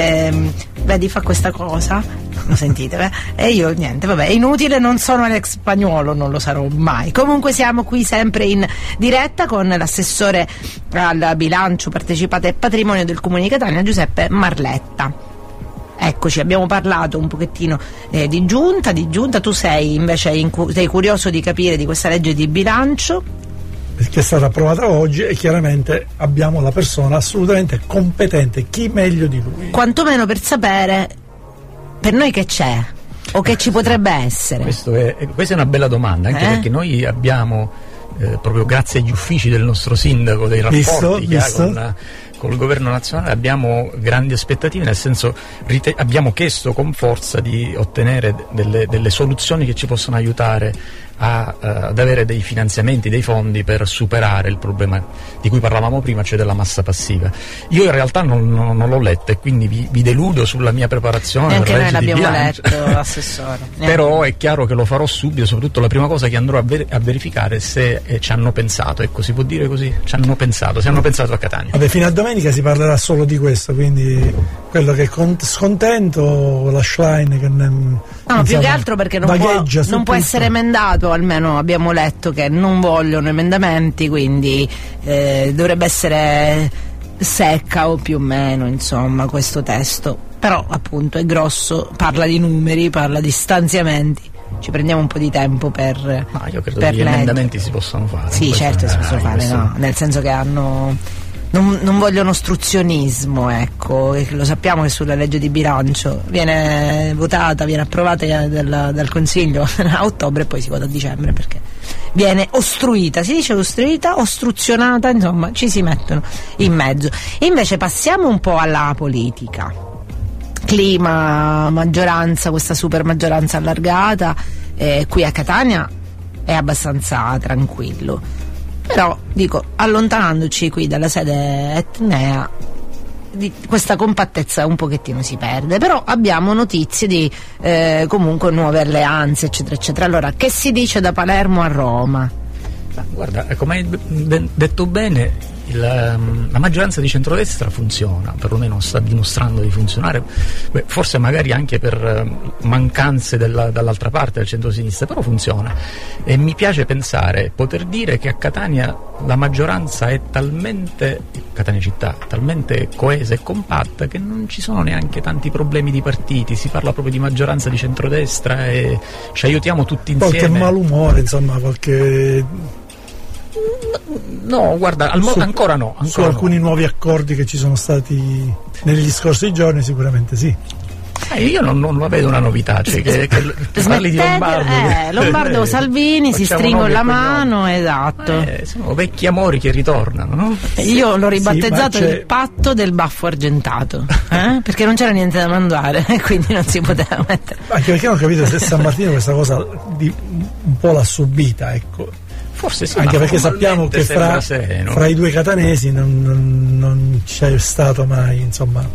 vedi, fa questa cosa, lo sentite, beh? E io niente, vabbè, è inutile, non sono Alex Spagnuolo, non lo sarò mai. Comunque siamo qui sempre in diretta con l'assessore al bilancio, partecipate e patrimonio del Comune di Catania, Giuseppe Marletta. Eccoci, abbiamo parlato un pochettino di giunta, tu sei invece sei curioso di capire di questa legge di bilancio. Perché è stata approvata oggi e chiaramente abbiamo la persona assolutamente competente, chi meglio di lui? Quantomeno per sapere per noi che c'è o che ci potrebbe essere. Questa è una bella domanda, anche perché noi abbiamo, proprio grazie agli uffici del nostro sindaco, dei rapporti che ha con il governo nazionale, abbiamo grandi aspettative, nel senso abbiamo chiesto con forza di ottenere delle soluzioni che ci possono aiutare ad avere dei finanziamenti, dei fondi per superare il problema di cui parlavamo prima, cioè della massa passiva. Io in realtà non l'ho letto e quindi vi deludo sulla mia preparazione. Anche noi l'abbiamo letto, assessore. Però è chiaro che lo farò subito, soprattutto la prima cosa che andrò a verificare se ci hanno pensato, ecco, si può dire così, se hanno pensato a Catania. Vabbè, fino a domenica si parlerà solo di questo, quindi quello che è scontento, la Schlein che no, più che altro perché non può essere emendato, almeno abbiamo letto che non vogliono emendamenti, quindi dovrebbe essere secca o più o meno, insomma, questo testo. Però appunto è grosso, parla di numeri, parla di stanziamenti. Ci prendiamo un po' di tempo per Ma io credo che gli emendamenti si possano fare. Sì, certo si possono fare, no, nel senso che non vogliono ostruzionismo, ecco, e lo sappiamo che sulla legge di bilancio viene votata, viene approvata dal Consiglio a ottobre e poi si vota a dicembre perché viene ostruita, si dice ostruita, ostruzionata, insomma ci si mettono in mezzo. Invece passiamo un po' alla politica. Clima, maggioranza, questa super maggioranza allargata, qui a Catania è abbastanza tranquillo. Però dico, allontanandoci qui dalla sede etnea, questa compattezza un pochettino si perde, però abbiamo notizie di comunque nuove alleanze, eccetera eccetera. Allora, che si dice da Palermo a Roma? Guarda, come hai detto bene, la maggioranza di centrodestra funziona, perlomeno sta dimostrando di funzionare, forse magari anche per mancanze dall'altra parte del centro-sinistra, però funziona. E mi piace pensare, poter dire che a Catania la maggioranza è Catania città, talmente coesa e compatta che non ci sono neanche tanti problemi di partiti, si parla proprio di maggioranza di centrodestra e ci aiutiamo tutti insieme. Qualche malumore, insomma, qualche... No, guarda, ancora no. Su alcuni nuovi accordi che ci sono stati negli scorsi giorni sicuramente sì. Io non la vedo una novità, cioè che parli di Lombardo. Lombardo Salvini si stringono la mano, esatto. Sono vecchi amori che ritornano, no? Io l'ho ribattezzato sì, il patto del baffo argentato, perché non c'era niente da mangiare e quindi non si poteva mettere. Anche perché non ho capito se San Martino questa cosa un po' l'ha subita, ecco. Forse sì, anche perché sappiamo che fra i due catanesi non c'è stato mai, insomma.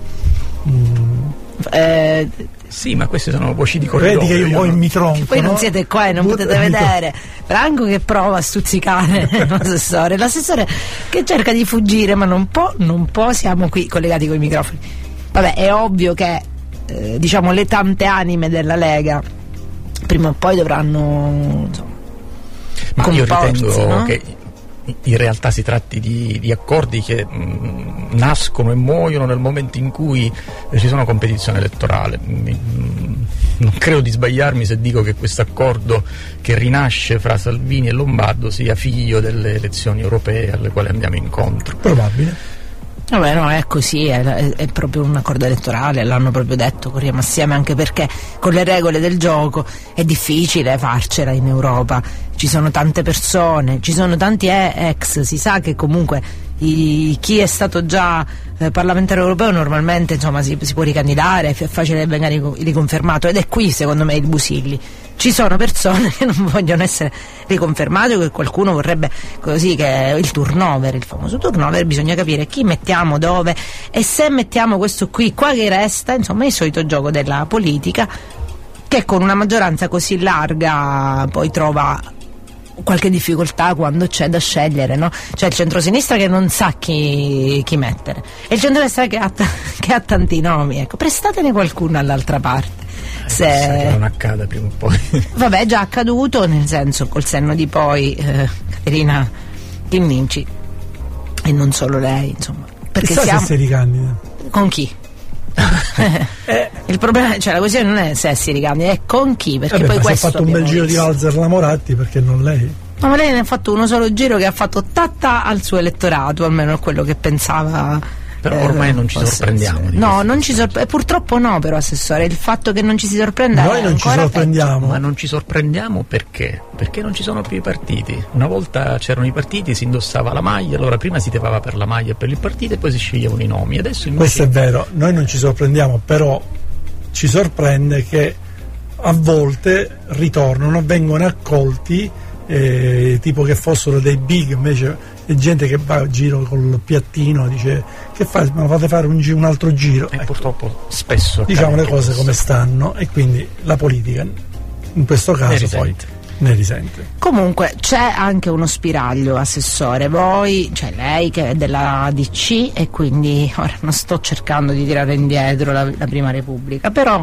Sì, ma queste sono voci di corridoio. Vedi che io poi mi tronco. Poi non siete qua e non potete vedere Franco che prova a stuzzicare l'assessore che cerca di fuggire, ma non può, siamo qui collegati con i microfoni. Vabbè, è ovvio che diciamo le tante anime della Lega prima o poi dovranno, insomma, ma io ritengo, no? Che in realtà si tratti di accordi che nascono e muoiono nel momento in cui ci sono competizione elettorale. Non credo di sbagliarmi se dico che questo accordo che rinasce fra Salvini e Lombardo sia figlio delle elezioni europee alle quali andiamo incontro. Probabile. Vabbè, no, è così, è proprio un accordo elettorale, l'hanno proprio detto, corriamo assieme, anche perché con le regole del gioco è difficile farcela in Europa, ci sono tante persone, ci sono tanti ex, si sa che comunque chi è stato già parlamentare europeo normalmente insomma si può ricandidare, è facile che venga riconfermato, ed è qui secondo me il Busilli. Ci sono persone che non vogliono essere riconfermate, che qualcuno vorrebbe così, che il turnover, il famoso turnover, bisogna capire chi mettiamo dove, e se mettiamo questo qua che resta, insomma il solito gioco della politica, che con una maggioranza così larga poi trova qualche difficoltà quando c'è da scegliere, no? C'è il centrosinistra che non sa chi mettere, e il centrodestra che ha tanti nomi, ecco, prestatene qualcuno all'altra parte. Se non accada prima o poi. Vabbè, è già accaduto, nel senso, col senno di poi Caterina Chinnici, e non solo lei, insomma, perché chissà se si ricandida. Con chi? Il problema, cioè la questione non è se si ricandida, è con chi, perché poi questo ha fatto un bel giro di valzer la Moratti, perché non lei? No, ma lei ne ha fatto uno solo giro che ha fatto tatta al suo elettorato, almeno quello che pensava. Però ormai non ci sorprendiamo. No, non ci purtroppo no, però Assessore, il fatto che non ci si sorprenda. Noi non ci sorprendiamo. Peggio. Ma non ci sorprendiamo perché? Perché non ci sono più i partiti. Una volta c'erano i partiti, si indossava la maglia, allora prima si tifava per la maglia e per il partito e poi si sceglievano i nomi. Adesso invece... Questo è vero, noi non ci sorprendiamo, però ci sorprende che a volte ritornano, vengono accolti tipo che fossero dei big, invece è gente che va a giro col piattino, dice che fai, ma fate fare un altro giro, ecco, purtroppo spesso diciamo le cose come stanno, e quindi la politica in questo caso poi ne risente. Comunque c'è anche uno spiraglio, Assessore, voi, cioè lei che è della DC, e quindi ora non sto cercando di tirare indietro la Prima Repubblica, però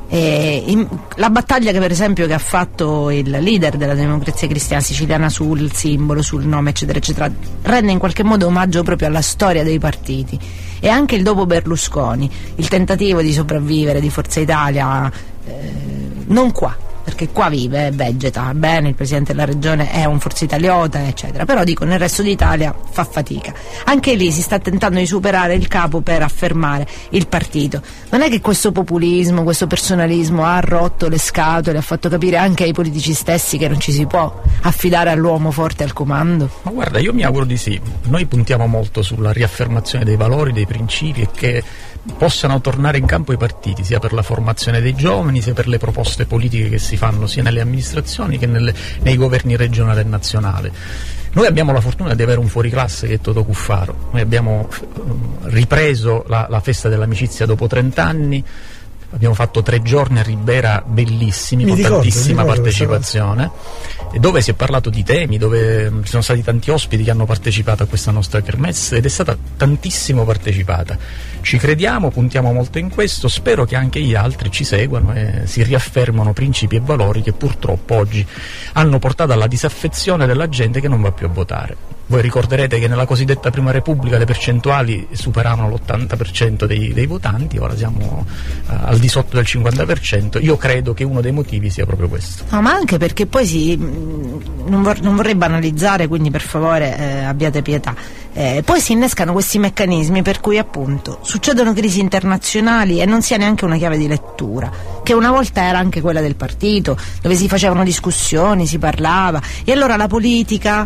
la battaglia che per esempio che ha fatto il leader della Democrazia Cristiana Siciliana sul simbolo, sul nome eccetera eccetera, rende in qualche modo omaggio proprio alla storia dei partiti, e anche il dopo Berlusconi, il tentativo di sopravvivere di Forza Italia, non qua, perché qua vive, vegeta bene, il presidente della regione è un Forza Italiota eccetera, però dico nel resto d'Italia fa fatica. Anche lì si sta tentando di superare il capo per affermare il partito. Non è che questo populismo, questo personalismo ha rotto le scatole, ha fatto capire anche ai politici stessi che non ci si può affidare all'uomo forte al comando? Ma guarda, io mi auguro di sì. Noi puntiamo molto sulla riaffermazione dei valori, dei principi, e che possano tornare in campo i partiti, sia per la formazione dei giovani, sia per le proposte politiche che si fanno sia nelle amministrazioni che nei governi regionali e nazionali. Noi abbiamo la fortuna di avere un fuoriclasse che è Totò Cuffaro. Noi abbiamo ripreso la festa dell'amicizia dopo 30 anni. Abbiamo fatto 3 giorni a Ribera bellissimi, con tantissima partecipazione, dove si è parlato di temi, dove ci sono stati tanti ospiti che hanno partecipato a questa nostra kermesse, ed è stata tantissimo partecipata. Ci crediamo, puntiamo molto in questo, spero che anche gli altri ci seguano e si riaffermano principi e valori che purtroppo oggi hanno portato alla disaffezione della gente che non va più a votare. Voi ricorderete che nella cosiddetta Prima Repubblica le percentuali superavano l'80% dei votanti, ora siamo al di sotto del 50%. Io credo che uno dei motivi sia proprio questo. No, ma anche perché poi non vorrei banalizzare, quindi per favore abbiate pietà. Poi si innescano questi meccanismi per cui appunto succedono crisi internazionali e non si ha neanche una chiave di lettura, che una volta era anche quella del partito, dove si facevano discussioni, si parlava, e allora la politica,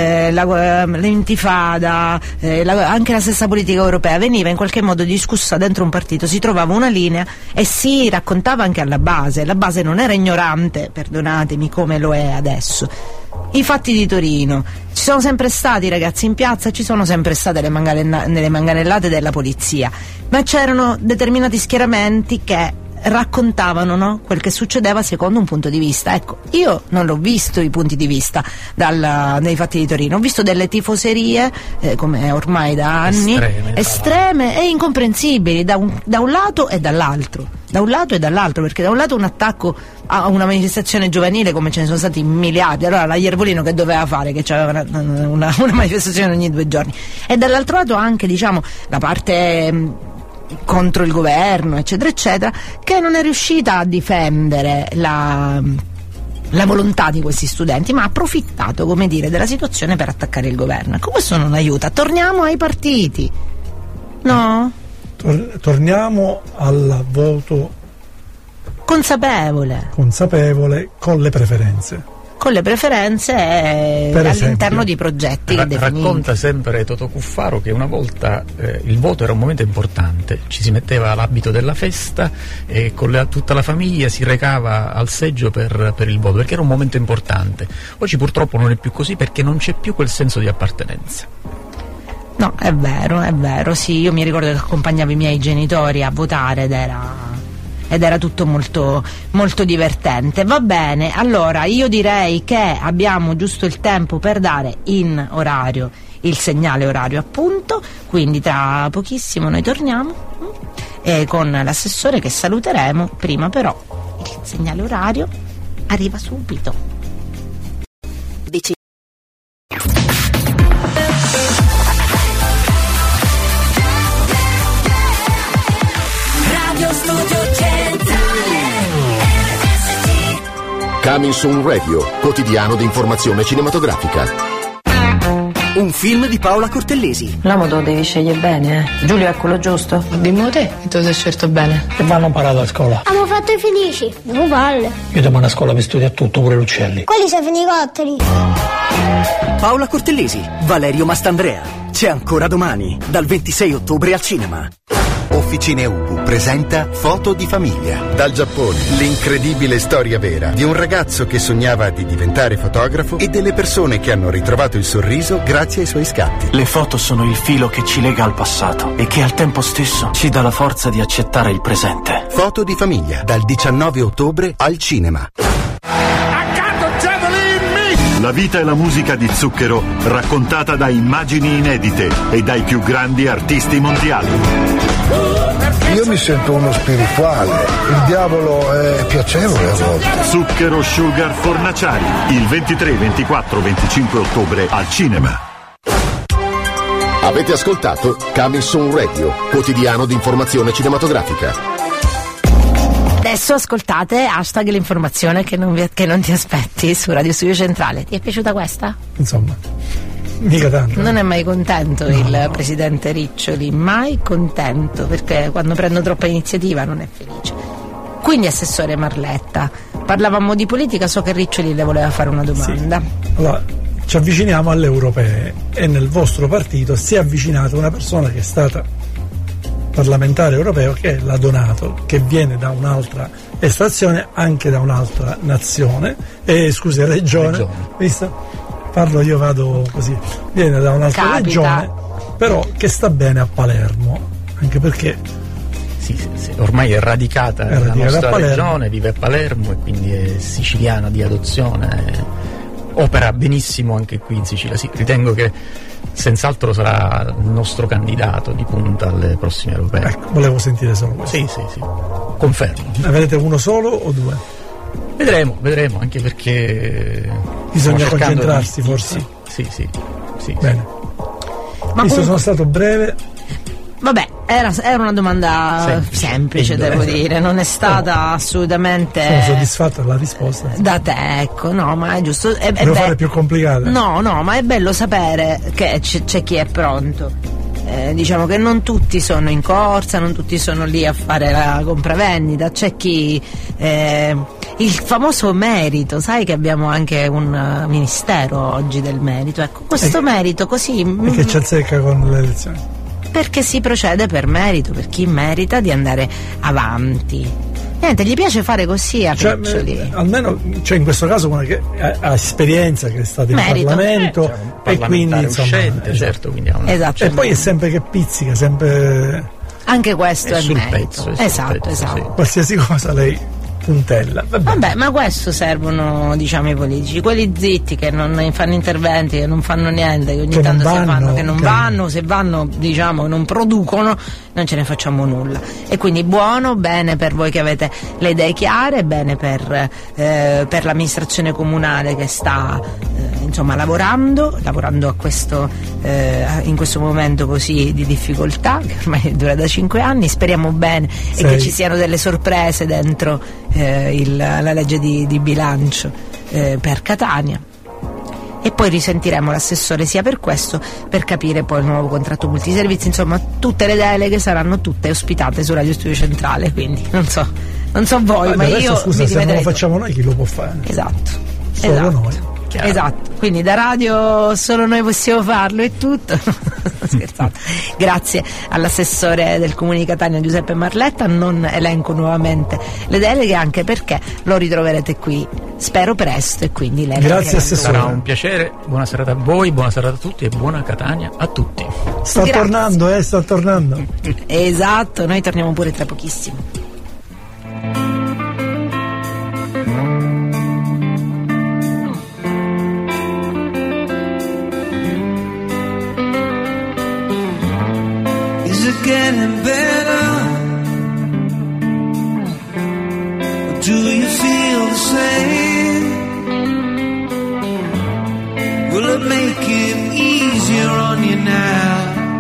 l'intifada, anche la stessa politica europea veniva in qualche modo discussa dentro un partito, si trovava una linea e si raccontava anche alla base. La base non era ignorante, perdonatemi, come lo è adesso. I fatti di Torino, ci sono sempre stati ragazzi in piazza, ci sono sempre state le manganellate della polizia, ma c'erano determinati schieramenti che raccontavano, no, quel che succedeva secondo un punto di vista. Ecco, io non l'ho visto i punti di vista nei fatti di Torino, ho visto delle tifoserie come ormai da anni estreme e incomprensibili da un lato e dall'altro. Da un lato e dall'altro, perché da un lato un attacco a una manifestazione giovanile come ce ne sono stati miliardi, allora la Iervolino che doveva fare, che c'aveva una manifestazione ogni 2 giorni, e dall'altro lato anche, diciamo, la parte contro il governo eccetera eccetera, che non è riuscita a difendere la volontà di questi studenti, ma ha approfittato, come dire, della situazione per attaccare il governo. Ecco, questo non aiuta. Torniamo ai partiti, no? Torniamo al voto consapevole con le preferenze. con le preferenze all'interno di progetti definiti. Racconta sempre Totò Cuffaro che una volta il voto era un momento importante, ci si metteva l'abito della festa e con tutta la famiglia si recava al seggio per il voto, perché era un momento importante. Oggi purtroppo non è più così, perché non c'è più quel senso di appartenenza. No, è vero, sì, io mi ricordo che accompagnavo i miei genitori a votare ed era tutto molto, molto divertente. Va bene, allora io direi che abbiamo giusto il tempo per dare in orario il segnale orario, appunto, quindi tra pochissimo noi torniamo con l'assessore che saluteremo. Prima però il segnale orario arriva subito. Radio Studio Centrale Coming Soon Radio, quotidiano di informazione cinematografica. Un film di Paola Cortellesi. L'uomo te lo devi scegliere bene, Giulio è quello giusto? Dimmi te, che te lo sei scelto bene. Che vanno imparato a scuola? Abbiamo fatto i felici, devo palle. Io domani a scuola mi studio tutto, pure l'uccelli. Quelli sono fenicotteri. Paola Cortellesi, Valerio Mastandrea. C'è ancora domani, dal 26 ottobre al cinema. Officine Ubu presenta Foto di famiglia. Dal Giappone, l'incredibile storia vera di un ragazzo che sognava di diventare fotografo e delle persone che hanno ritrovato il sorriso grazie ai suoi scatti. Le foto sono il filo che ci lega al passato e che al tempo stesso ci dà la forza di accettare il presente. Foto di famiglia, dal 19 ottobre al cinema. La vita e la musica di Zucchero raccontata da immagini inedite e dai più grandi artisti mondiali. Io mi sento uno spirituale, il diavolo è piacevole a volte. Zucchero Sugar Fornaciari, il 23, 24, 25 ottobre al cinema. Avete ascoltato Coming Soon Radio, quotidiano di informazione cinematografica. Adesso ascoltate hashtag l'informazione che non ti aspetti su Radio Studio Centrale. Ti è piaciuta questa? Insomma, mica tanto. Non è mai contento il presidente Riccioli, mai contento, perché quando prendo troppa iniziativa non è felice. Quindi assessore Marletta, parlavamo di politica, so che Riccioli le voleva fare una domanda. Sì. Allora, ci avviciniamo alle europee e nel vostro partito si è avvicinata una persona che è stata parlamentare europeo, che è la Donato, che viene da un'altra estrazione, anche da un'altra nazione, regione. Visto? Parlo io, vado così, viene da un'altra regione, però che sta bene a Palermo, anche perché sì, ormai è radicata nella nostra regione, vive a Palermo e quindi è siciliana di adozione, opera benissimo anche qui in Sicilia. Sì, ritengo che senz'altro sarà il nostro candidato di punta alle prossime europee. Ecco, volevo sentire solo questo. Sì, confermo. Avete uno solo o due? Vedremo, anche perché bisogna concentrarsi, forse. Sì. Bene. Sono stato breve. Vabbè, era una domanda semplice, devo dire, non è stata assolutamente. Sono soddisfatto della risposta. Da te, ecco, no, ma è giusto. Devo fare più complicata. No, ma è bello sapere che c'è chi è pronto. Diciamo che non tutti sono in corsa, non tutti sono lì a fare la compravendita, c'è chi il famoso merito, sai che abbiamo anche un ministero oggi del merito, ecco, questo merito così. Perché ci azzecca con le elezioni? Perché si procede per merito, per chi merita di andare avanti. Niente, gli piace fare così a Riccioli. Almeno, in questo caso una che ha esperienza, che è stata in Parlamento e quindi insomma, uscente, certo, quindi esatto. E poi è sempre che pizzica, sempre. Anche questo è sul merito. Pezzo, esatto. Sì. Qualsiasi cosa lei puntella. Vabbè, ma questo servono, diciamo, i politici, quelli zitti che non fanno interventi, che non fanno niente, che ogni tanto vanno, se vanno, diciamo, non producono, non ce ne facciamo nulla. E quindi bene per voi che avete le idee chiare, bene per l'amministrazione comunale che sta insomma lavorando a questo in questo momento così di difficoltà che ormai dura da 5 anni. Speriamo bene e che ci siano delle sorprese dentro la legge di bilancio per Catania, e poi risentiremo l'assessore sia per questo, per capire poi il nuovo contratto multiservizi. Insomma, tutte le deleghe saranno tutte ospitate su Radio Studio Centrale, quindi non so voi, ma io scusa, se non lo facciamo noi chi lo può fare? Esatto. Solo noi. Chiaro. Esatto, quindi da radio solo noi possiamo farlo, è tutto. Scherzate. Grazie all'assessore del Comune di Catania Giuseppe Marletta, non elenco nuovamente le deleghe anche perché lo ritroverete qui, spero presto, e quindi lei grazie assessore. Sarà un piacere, buona serata a voi, buona serata a tutti e buona Catania a tutti. Sta tornando, sta tornando. Esatto, noi torniamo pure tra pochissimo. Is it getting better? Or do you feel the same? Will it make it easier on you now?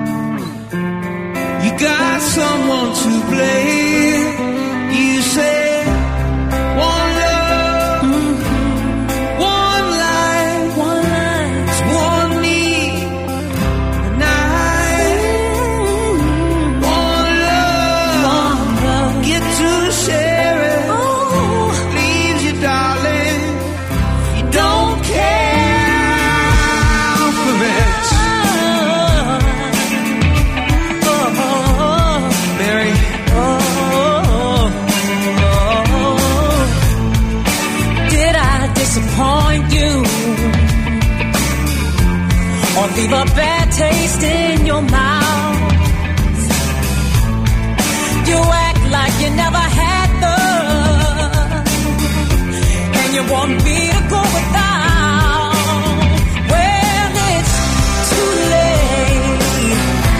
You got someone to blame. You say one love, one life, it's one me and I. One love, get to share it. Leaves you, darling. You don't care for it. Mary. Did I disappoint you or leave a bad taste in your mouth? You act like you never had love, and you want me to go without. Well, it's too late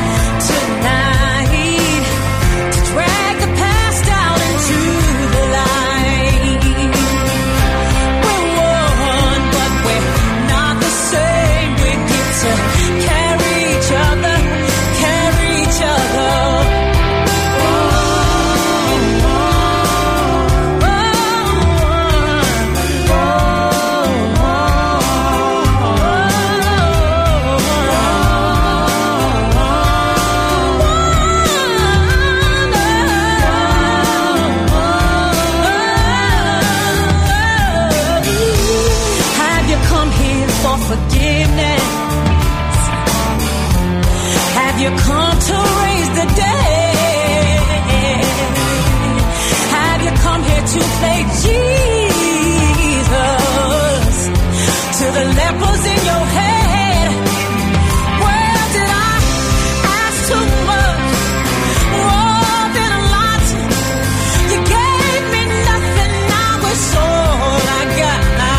tonight to drag the past out into the light. We're one, but we're not the same. We get to carry each other, carry each other. Have you come here for forgiveness? Have you come to raise the dead? Have you come here to play Jesus to the lepers in your head? Well, did I ask too much? More than a lot. You gave me nothing, now it's all I got.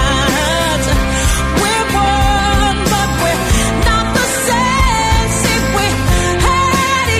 We're one, but we're not the same. See, we had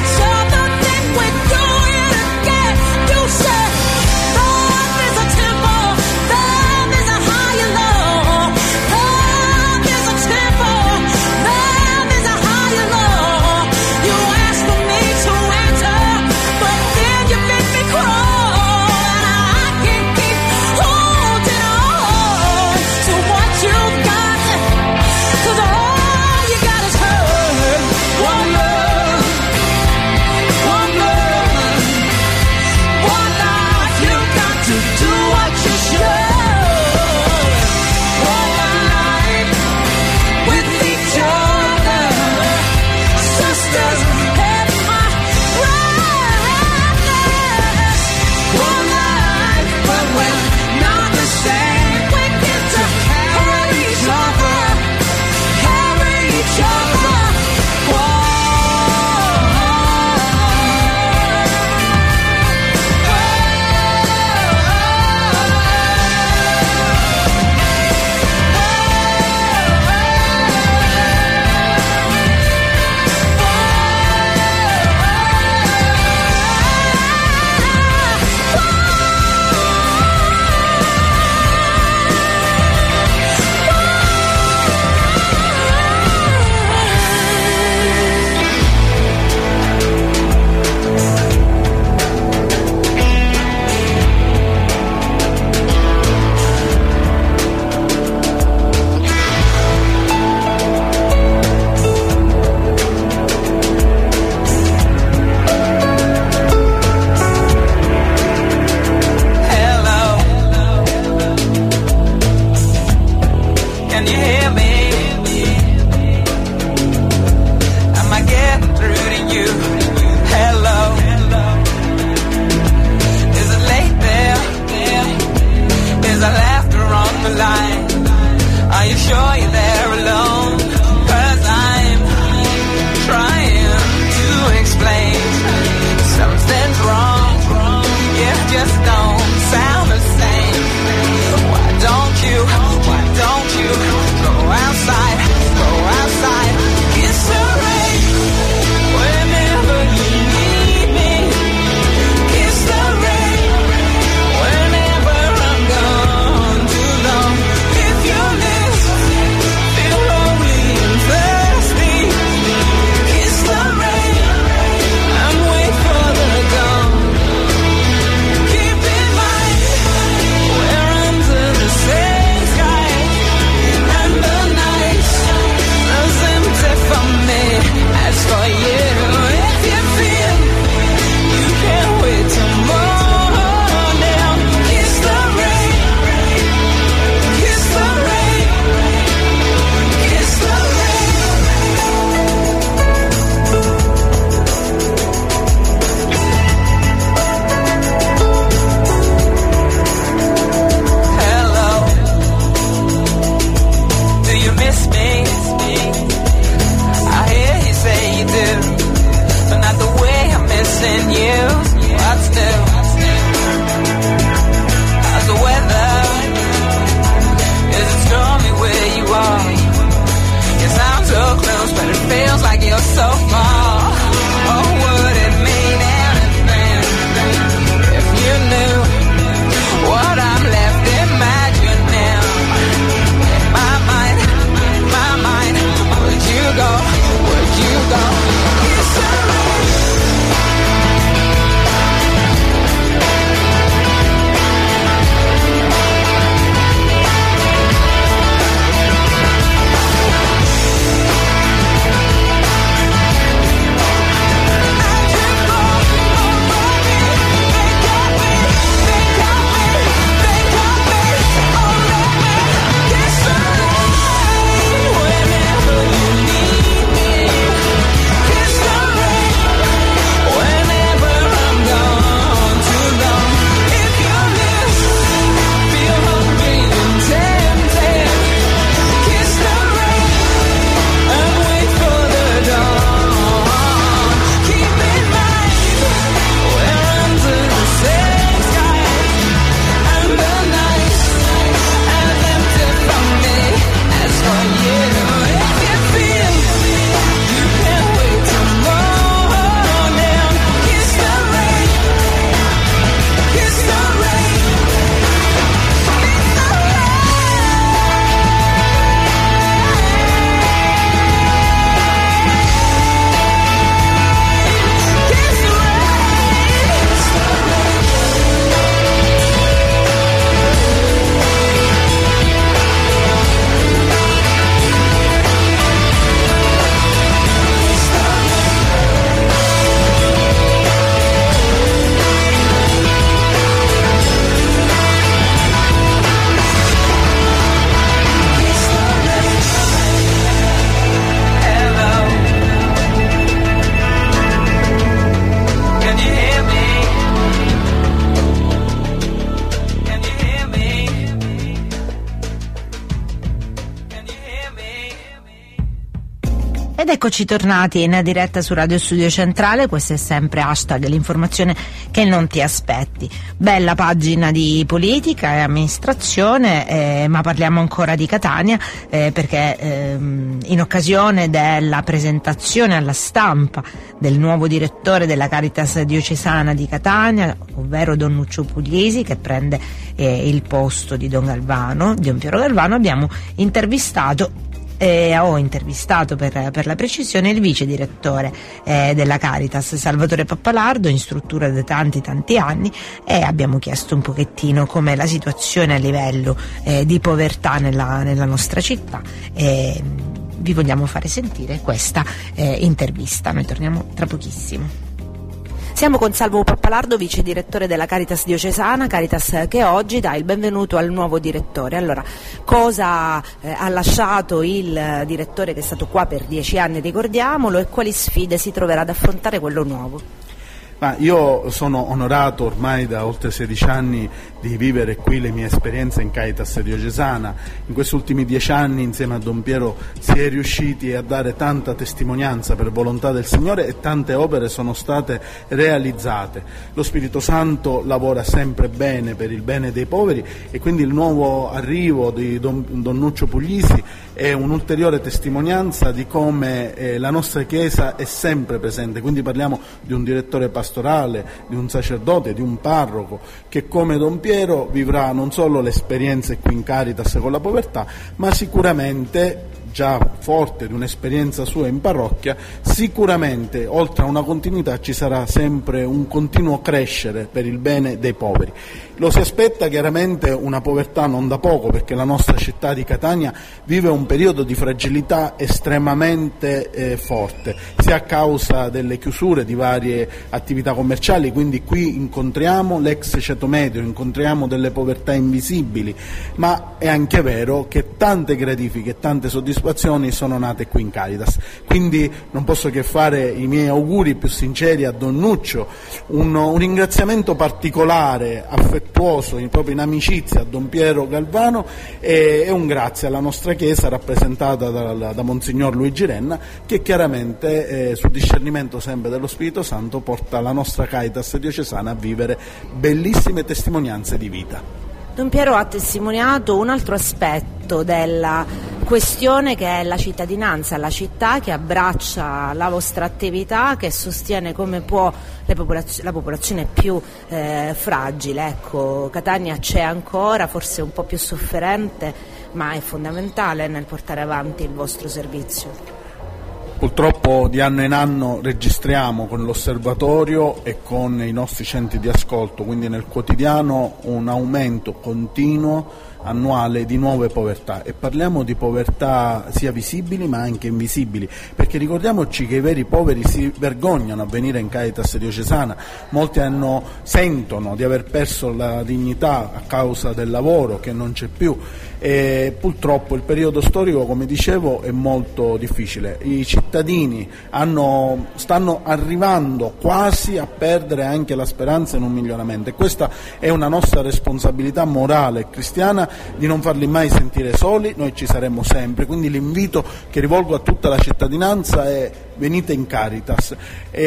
Ed eccoci tornati in diretta su Radio Studio Centrale. Questo è sempre hashtag l'informazione che non ti aspetti. Bella pagina di politica e amministrazione, ma parliamo ancora di Catania perché in occasione della presentazione alla stampa del nuovo direttore della Caritas diocesana di Catania, ovvero Don Nuccio Pugliesi, che prende il posto di Don Piero Galvano, abbiamo intervistato ho intervistato per la precisione il vice direttore della Caritas, Salvatore Pappalardo, in struttura da tanti anni, e abbiamo chiesto un pochettino com'è la situazione a livello di povertà nella nostra città. Vi vogliamo fare sentire questa intervista. Noi torniamo tra pochissimo. Siamo con Salvo Pappalardo, vice direttore della Caritas diocesana, Caritas che oggi dà il benvenuto al nuovo direttore. Allora, cosa ha lasciato il direttore che è stato qua per 10 anni, ricordiamolo, e quali sfide si troverà ad affrontare quello nuovo? Io sono onorato ormai da oltre 16 anni di vivere qui le mie esperienze in Caritas diocesana. In questi ultimi 10 anni insieme a Don Piero si è riusciti a dare tanta testimonianza per volontà del Signore e tante opere sono state realizzate. Lo Spirito Santo lavora sempre bene per il bene dei poveri e quindi il nuovo arrivo di Don Nuccio Pugliesi è un'ulteriore testimonianza di come la nostra Chiesa è sempre presente. Quindi parliamo di un direttore pastorale, di un sacerdote, di un parroco che come Don Piero vivrà non solo le esperienze qui in Caritas con la povertà, ma sicuramente, già forte di un'esperienza sua in parrocchia, sicuramente oltre a una continuità ci sarà sempre un continuo crescere per il bene dei poveri. Lo si aspetta chiaramente una povertà non da poco, perché la nostra città di Catania vive un periodo di fragilità estremamente forte, sia a causa delle chiusure di varie attività commerciali, quindi qui incontriamo l'ex ceto medio, incontriamo delle povertà invisibili, ma è anche vero che tante gratifiche e tante soddisfazioni sono nate qui in Caritas. Quindi non posso che fare i miei auguri più sinceri a Don Nuccio, un ringraziamento particolare, affettuoso, proprio in amicizia, a Don Piero Galvano, e un grazie alla nostra Chiesa rappresentata da Monsignor Luigi Renna, che chiaramente su discernimento sempre dello Spirito Santo porta la nostra Caritas diocesana a vivere bellissime testimonianze di vita. Don Piero ha testimoniato un altro aspetto della questione, che è la cittadinanza, la città che abbraccia la vostra attività, che sostiene come può la popolazione più fragile. Ecco, Catania c'è ancora, forse un po' più sofferente, ma è fondamentale nel portare avanti il vostro servizio. Purtroppo di anno in anno registriamo con l'osservatorio e con i nostri centri di ascolto, quindi nel quotidiano, un aumento continuo annuale di nuove povertà, e parliamo di povertà sia visibili ma anche invisibili, perché ricordiamoci che i veri poveri si vergognano a venire in Caritas diocesana, molti sentono di aver perso la dignità a causa del lavoro che non c'è più, e purtroppo il periodo storico, come dicevo, è molto difficile. I cittadini stanno arrivando quasi a perdere anche la speranza in un miglioramento, e questa è una nostra responsabilità morale e cristiana di non farli mai sentire soli. Noi ci saremo sempre, quindi l'invito che rivolgo a tutta la cittadinanza è: venite in Caritas,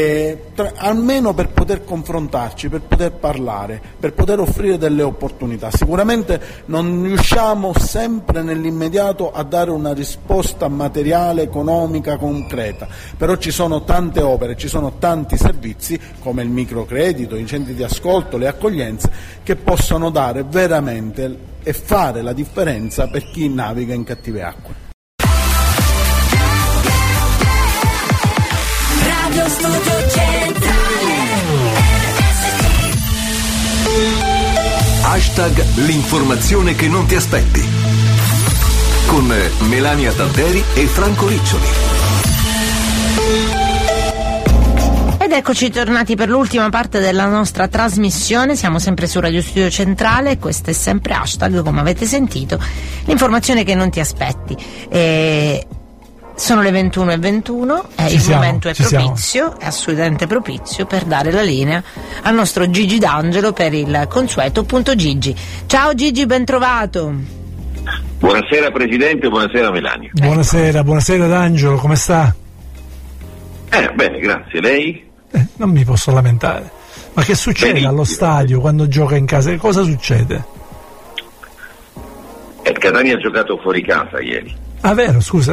almeno per poter confrontarci, per poter parlare, per poter offrire delle opportunità. Sicuramente non riusciamo sempre nell'immediato a dare una risposta materiale, economica, concreta, però ci sono tante opere, ci sono tanti servizi come il microcredito, i centri di ascolto, le accoglienze, che possono dare veramente e fare la differenza per chi naviga in cattive acque. Radio Studio Centrale. Hashtag l'informazione che non ti aspetti, con Melania Tanteri e Franco Riccioli. Ed eccoci tornati per l'ultima parte della nostra trasmissione. Siamo sempre su Radio Studio Centrale e questo è sempre hashtag, come avete sentito, l'informazione che non ti aspetti. Sono le 21:21, il momento è propizio, è assolutamente propizio per dare la linea al nostro Gigi D'Angelo per il consueto punto Gigi. Ciao Gigi, ben trovato. Buonasera Presidente, buonasera Melania. Buonasera D'Angelo, come sta? Bene, grazie. Lei? Non mi posso lamentare. Ma che succede Benissimo. allo stadio quando gioca in casa? Che cosa succede? Il Catania ha giocato fuori casa ieri. Ah, vero, scusa.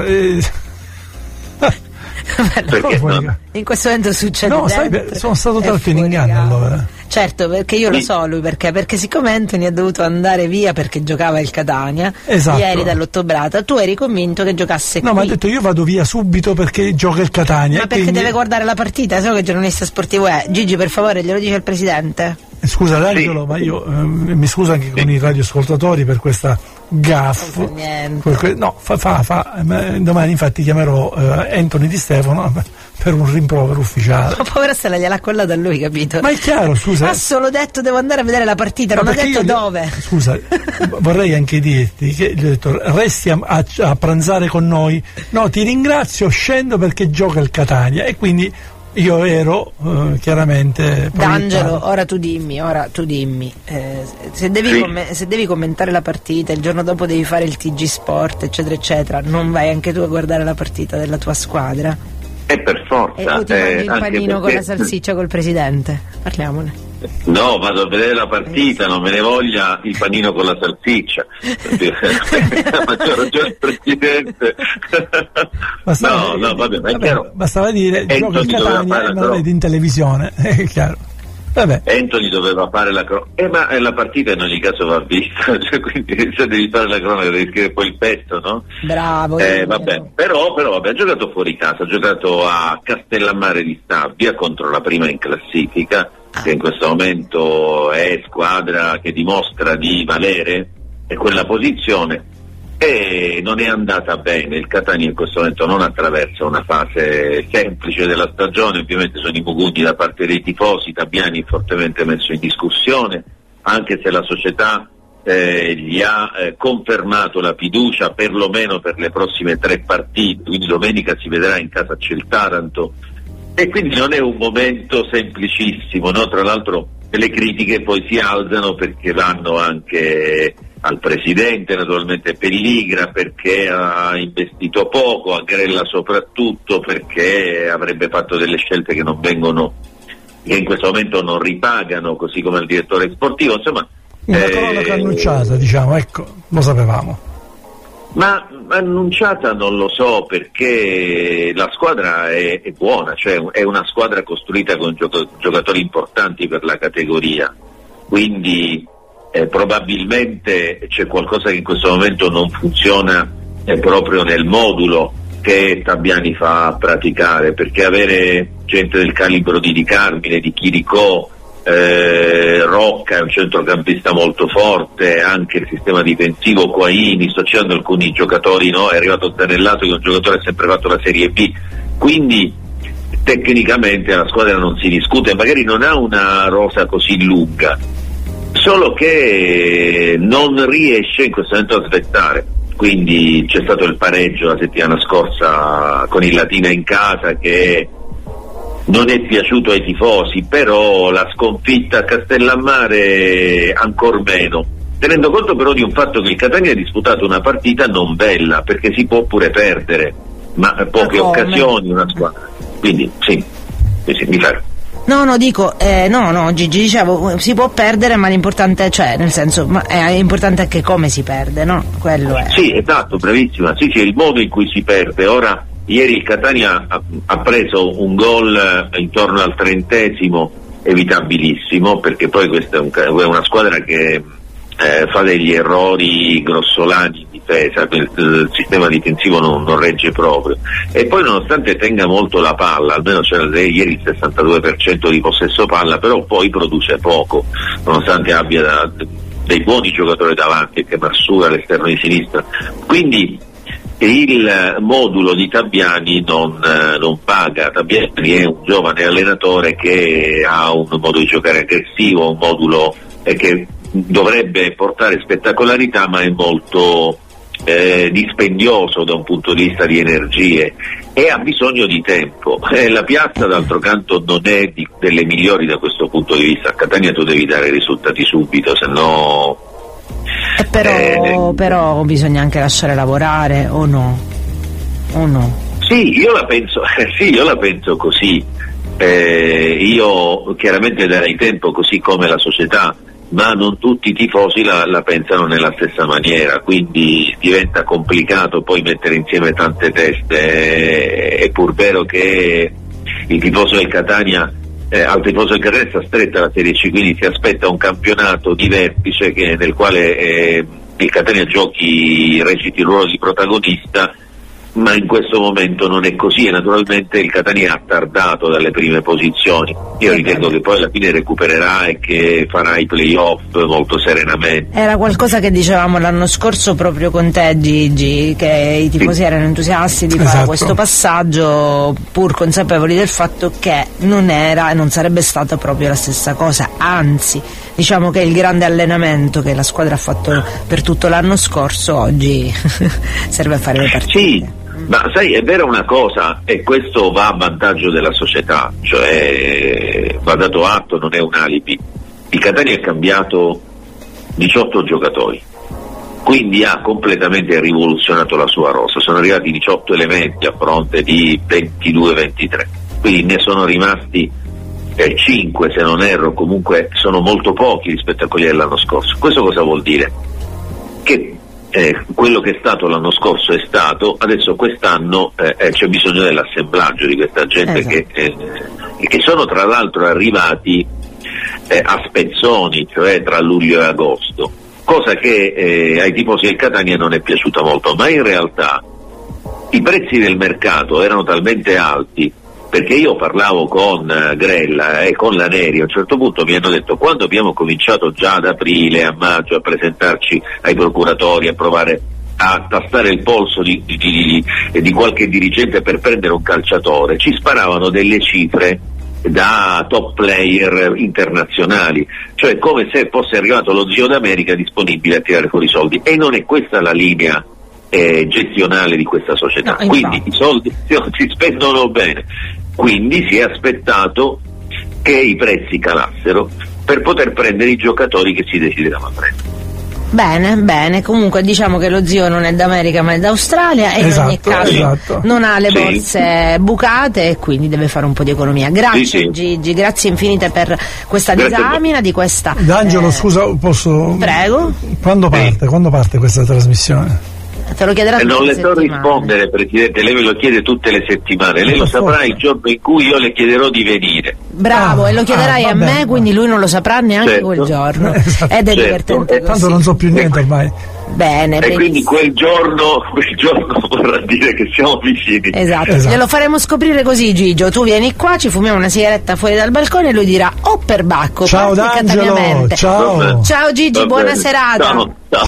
Perché no? In questo momento succede No, dentro sono stato e tratto in fuori inganno casa. allora. Certo, perché io lo so lui perché siccome Anthony è dovuto andare via perché giocava il Catania Esatto. ieri dall'Ottobrata, tu eri convinto che giocasse No, qui. ma ha detto io vado via subito perché gioca il Catania. Ma e perché quindi... deve guardare la partita, so che giornalista sportivo è. Gigi, per favore, glielo dice il presidente. Scusa D'Angelo, ma io mi scuso anche con i radioascoltatori per questa gaff. No, domani infatti chiamerò Anthony Di Stefano per un rimprovero ufficiale. Ma povera Stella gliel'ha collato a lui, capito? Ma è chiaro, scusa. Ha solo detto devo andare a vedere la partita, non ha detto dove. Scusa, vorrei anche dirti che gli ho detto resti a pranzare con noi. No, ti ringrazio, scendo perché gioca il Catania e quindi io ero chiaramente D'Angelo, ora tu dimmi se devi commentare la partita, il giorno dopo devi fare il TG Sport eccetera eccetera, non vai anche tu a guardare la partita della tua squadra? E per forza. E tu ti mangi il panino con perché... la salsiccia col presidente? Parliamone. No, vado a vedere la partita, non me ne voglia il panino con la salsiccia. Ma c'ha ragione il presidente. Vabbè, ma è chiaro. Bastava dire gioca il Catania e non vedi in televisione, è chiaro. Vabbè. Anthony doveva fare la cronaca, ma la partita in ogni caso va vista, cioè, quindi se devi fare la cronaca devi scrivere poi il pezzo, no? Bravo. Vabbè, però vabbè, ha giocato fuori casa, ha giocato a Castellammare di Stabia contro la prima in classifica, che in questo momento è squadra che dimostra di valere e quella posizione, e non è andata bene. Il Catania in questo momento non attraversa una fase semplice della stagione, ovviamente sono i mugugni da parte dei tifosi. Tabiani è fortemente messo in discussione, anche se la società gli ha confermato la fiducia perlomeno per le prossime 3 partite, quindi domenica si vedrà in casa c'è il Taranto, e quindi non è un momento semplicissimo, no? Tra l'altro le critiche poi si alzano perché vanno anche al presidente, naturalmente Pelligra, perché ha investito poco, a Grella soprattutto perché avrebbe fatto delle scelte che non vengono, che in questo momento non ripagano, così come il direttore sportivo, insomma. Una cronaca annunciata, diciamo, ecco, lo sapevamo. Ma annunciata non lo so, perché la squadra è buona, cioè è una squadra costruita con giocatori importanti per la categoria, quindi probabilmente c'è qualcosa che in questo momento non funziona proprio nel modulo che Tabiani fa praticare, perché avere gente del calibro di Di Carmine, di Chiricò, Rocca è un centrocampista molto forte, anche il sistema difensivo, Quaini, sto citando alcuni giocatori, no? È arrivato Zanellato che è un giocatore che ha sempre fatto la Serie B, quindi tecnicamente la squadra non si discute, magari non ha una rosa così lunga, solo che non riesce in questo momento a svettare. Quindi c'è stato il pareggio la settimana scorsa con il Latina in casa che non è piaciuto ai tifosi, però la sconfitta a Castellammare ancor meno, tenendo conto però di un fatto che il Catania ha disputato una partita non bella, perché si può pure perdere, ma poche occasioni, una squadra, quindi sì, mi fermo. No, dico, no, Gigi, dicevo, si può perdere, ma l'importante, cioè, nel senso, ma è importante anche come si perde, no? Quello è. Sì, esatto, bravissima, sì, il modo in cui si perde. Ora, ieri il Catania ha preso un gol intorno al 30°, evitabilissimo, perché poi questa è una squadra che fa degli errori grossolani in difesa, il sistema difensivo non regge proprio, e poi nonostante tenga molto la palla, almeno c'era ieri il 62% di possesso palla, però poi produce poco, nonostante abbia dei buoni giocatori davanti, anche Marsura all'esterno di sinistra, quindi il modulo di Tabiani non paga. Tabiani è un giovane allenatore che ha un modo di giocare aggressivo, un modulo che dovrebbe portare spettacolarità, ma è molto dispendioso da un punto di vista di energie e ha bisogno di tempo. La piazza d'altro canto non è delle migliori da questo punto di vista. A Catania tu devi dare risultati subito, se no però bisogna anche lasciare lavorare, o no? Sì, io la penso così. Io chiaramente darei tempo, così come la società, ma non tutti i tifosi la pensano nella stessa maniera, quindi diventa complicato poi mettere insieme tante teste. È pur vero che il tifoso del Catania, al tifoso del Catania sta stretta la Serie C, quindi si aspetta un campionato di vertice nel quale il Catania reciti il ruolo di protagonista, ma in questo momento non è così e naturalmente il Catania ha tardato dalle prime posizioni. Io ritengo che poi alla fine recupererà e che farà i playoff molto serenamente. Era qualcosa che dicevamo l'anno scorso proprio con te, Gigi, che i tifosi erano entusiasti di fare questo passaggio, pur consapevoli del fatto che non era e non sarebbe stata proprio la stessa cosa, anzi diciamo che il grande allenamento che la squadra ha fatto per tutto l'anno scorso oggi serve a fare le partite. Sì. Ma sai, è vera una cosa, e questo va a vantaggio della società, cioè va dato atto, non è un alibi. Il Catania ha cambiato 18 giocatori, quindi ha completamente rivoluzionato la sua rosa. Sono arrivati 18 elementi a fronte di 22-23, quindi ne sono rimasti 5 se non erro, comunque sono molto pochi rispetto a quelli dell'anno scorso. Questo cosa vuol dire? Che quello che è stato l'anno scorso è stato, adesso quest'anno c'è bisogno dell'assemblaggio di questa gente che sono tra l'altro arrivati a spezzoni, cioè tra luglio e agosto, cosa che ai tifosi del Catania non è piaciuta molto, ma in realtà i prezzi del mercato erano talmente alti, perché io parlavo con Grella e con Laneri, a un certo punto mi hanno detto: quando abbiamo cominciato già ad aprile, a maggio, a presentarci ai procuratori, a provare a tastare il polso di qualche dirigente per prendere un calciatore, ci sparavano delle cifre da top player internazionali, cioè come se fosse arrivato lo zio d'America disponibile a tirare fuori i soldi, e non è questa la linea gestionale di questa società. No, quindi i soldi si spendono bene, quindi si è aspettato che i prezzi calassero per poter prendere i giocatori che si desiderava prendere. Bene, comunque diciamo che lo zio non è d'America ma è d'Australia e in ogni caso non ha le borse bucate e quindi deve fare un po' di economia. Grazie Gigi, grazie infinite per questa disamina di questa. D'Angelo, scusa, posso? Prego. Quando parte questa trasmissione? Te lo chiederà non le so rispondere, Presidente, lei me lo chiede tutte le settimane, lei lo saprà il giorno in cui io le chiederò di venire. Bravo, e lo chiederai a me, quindi lui non lo saprà neanche quel giorno. Ed è divertente così. Tanto non so più niente ormai. Bene, e quindi quel giorno vorrà dire che siamo vicini. Esatto, glielo faremo scoprire così, Gigio. Tu vieni qua, ci fumiamo una sigaretta fuori dal balcone e lui dirà: oh, per Bacco. Ciao D'Angelo, ciao Gigi, buona serata. Ciao.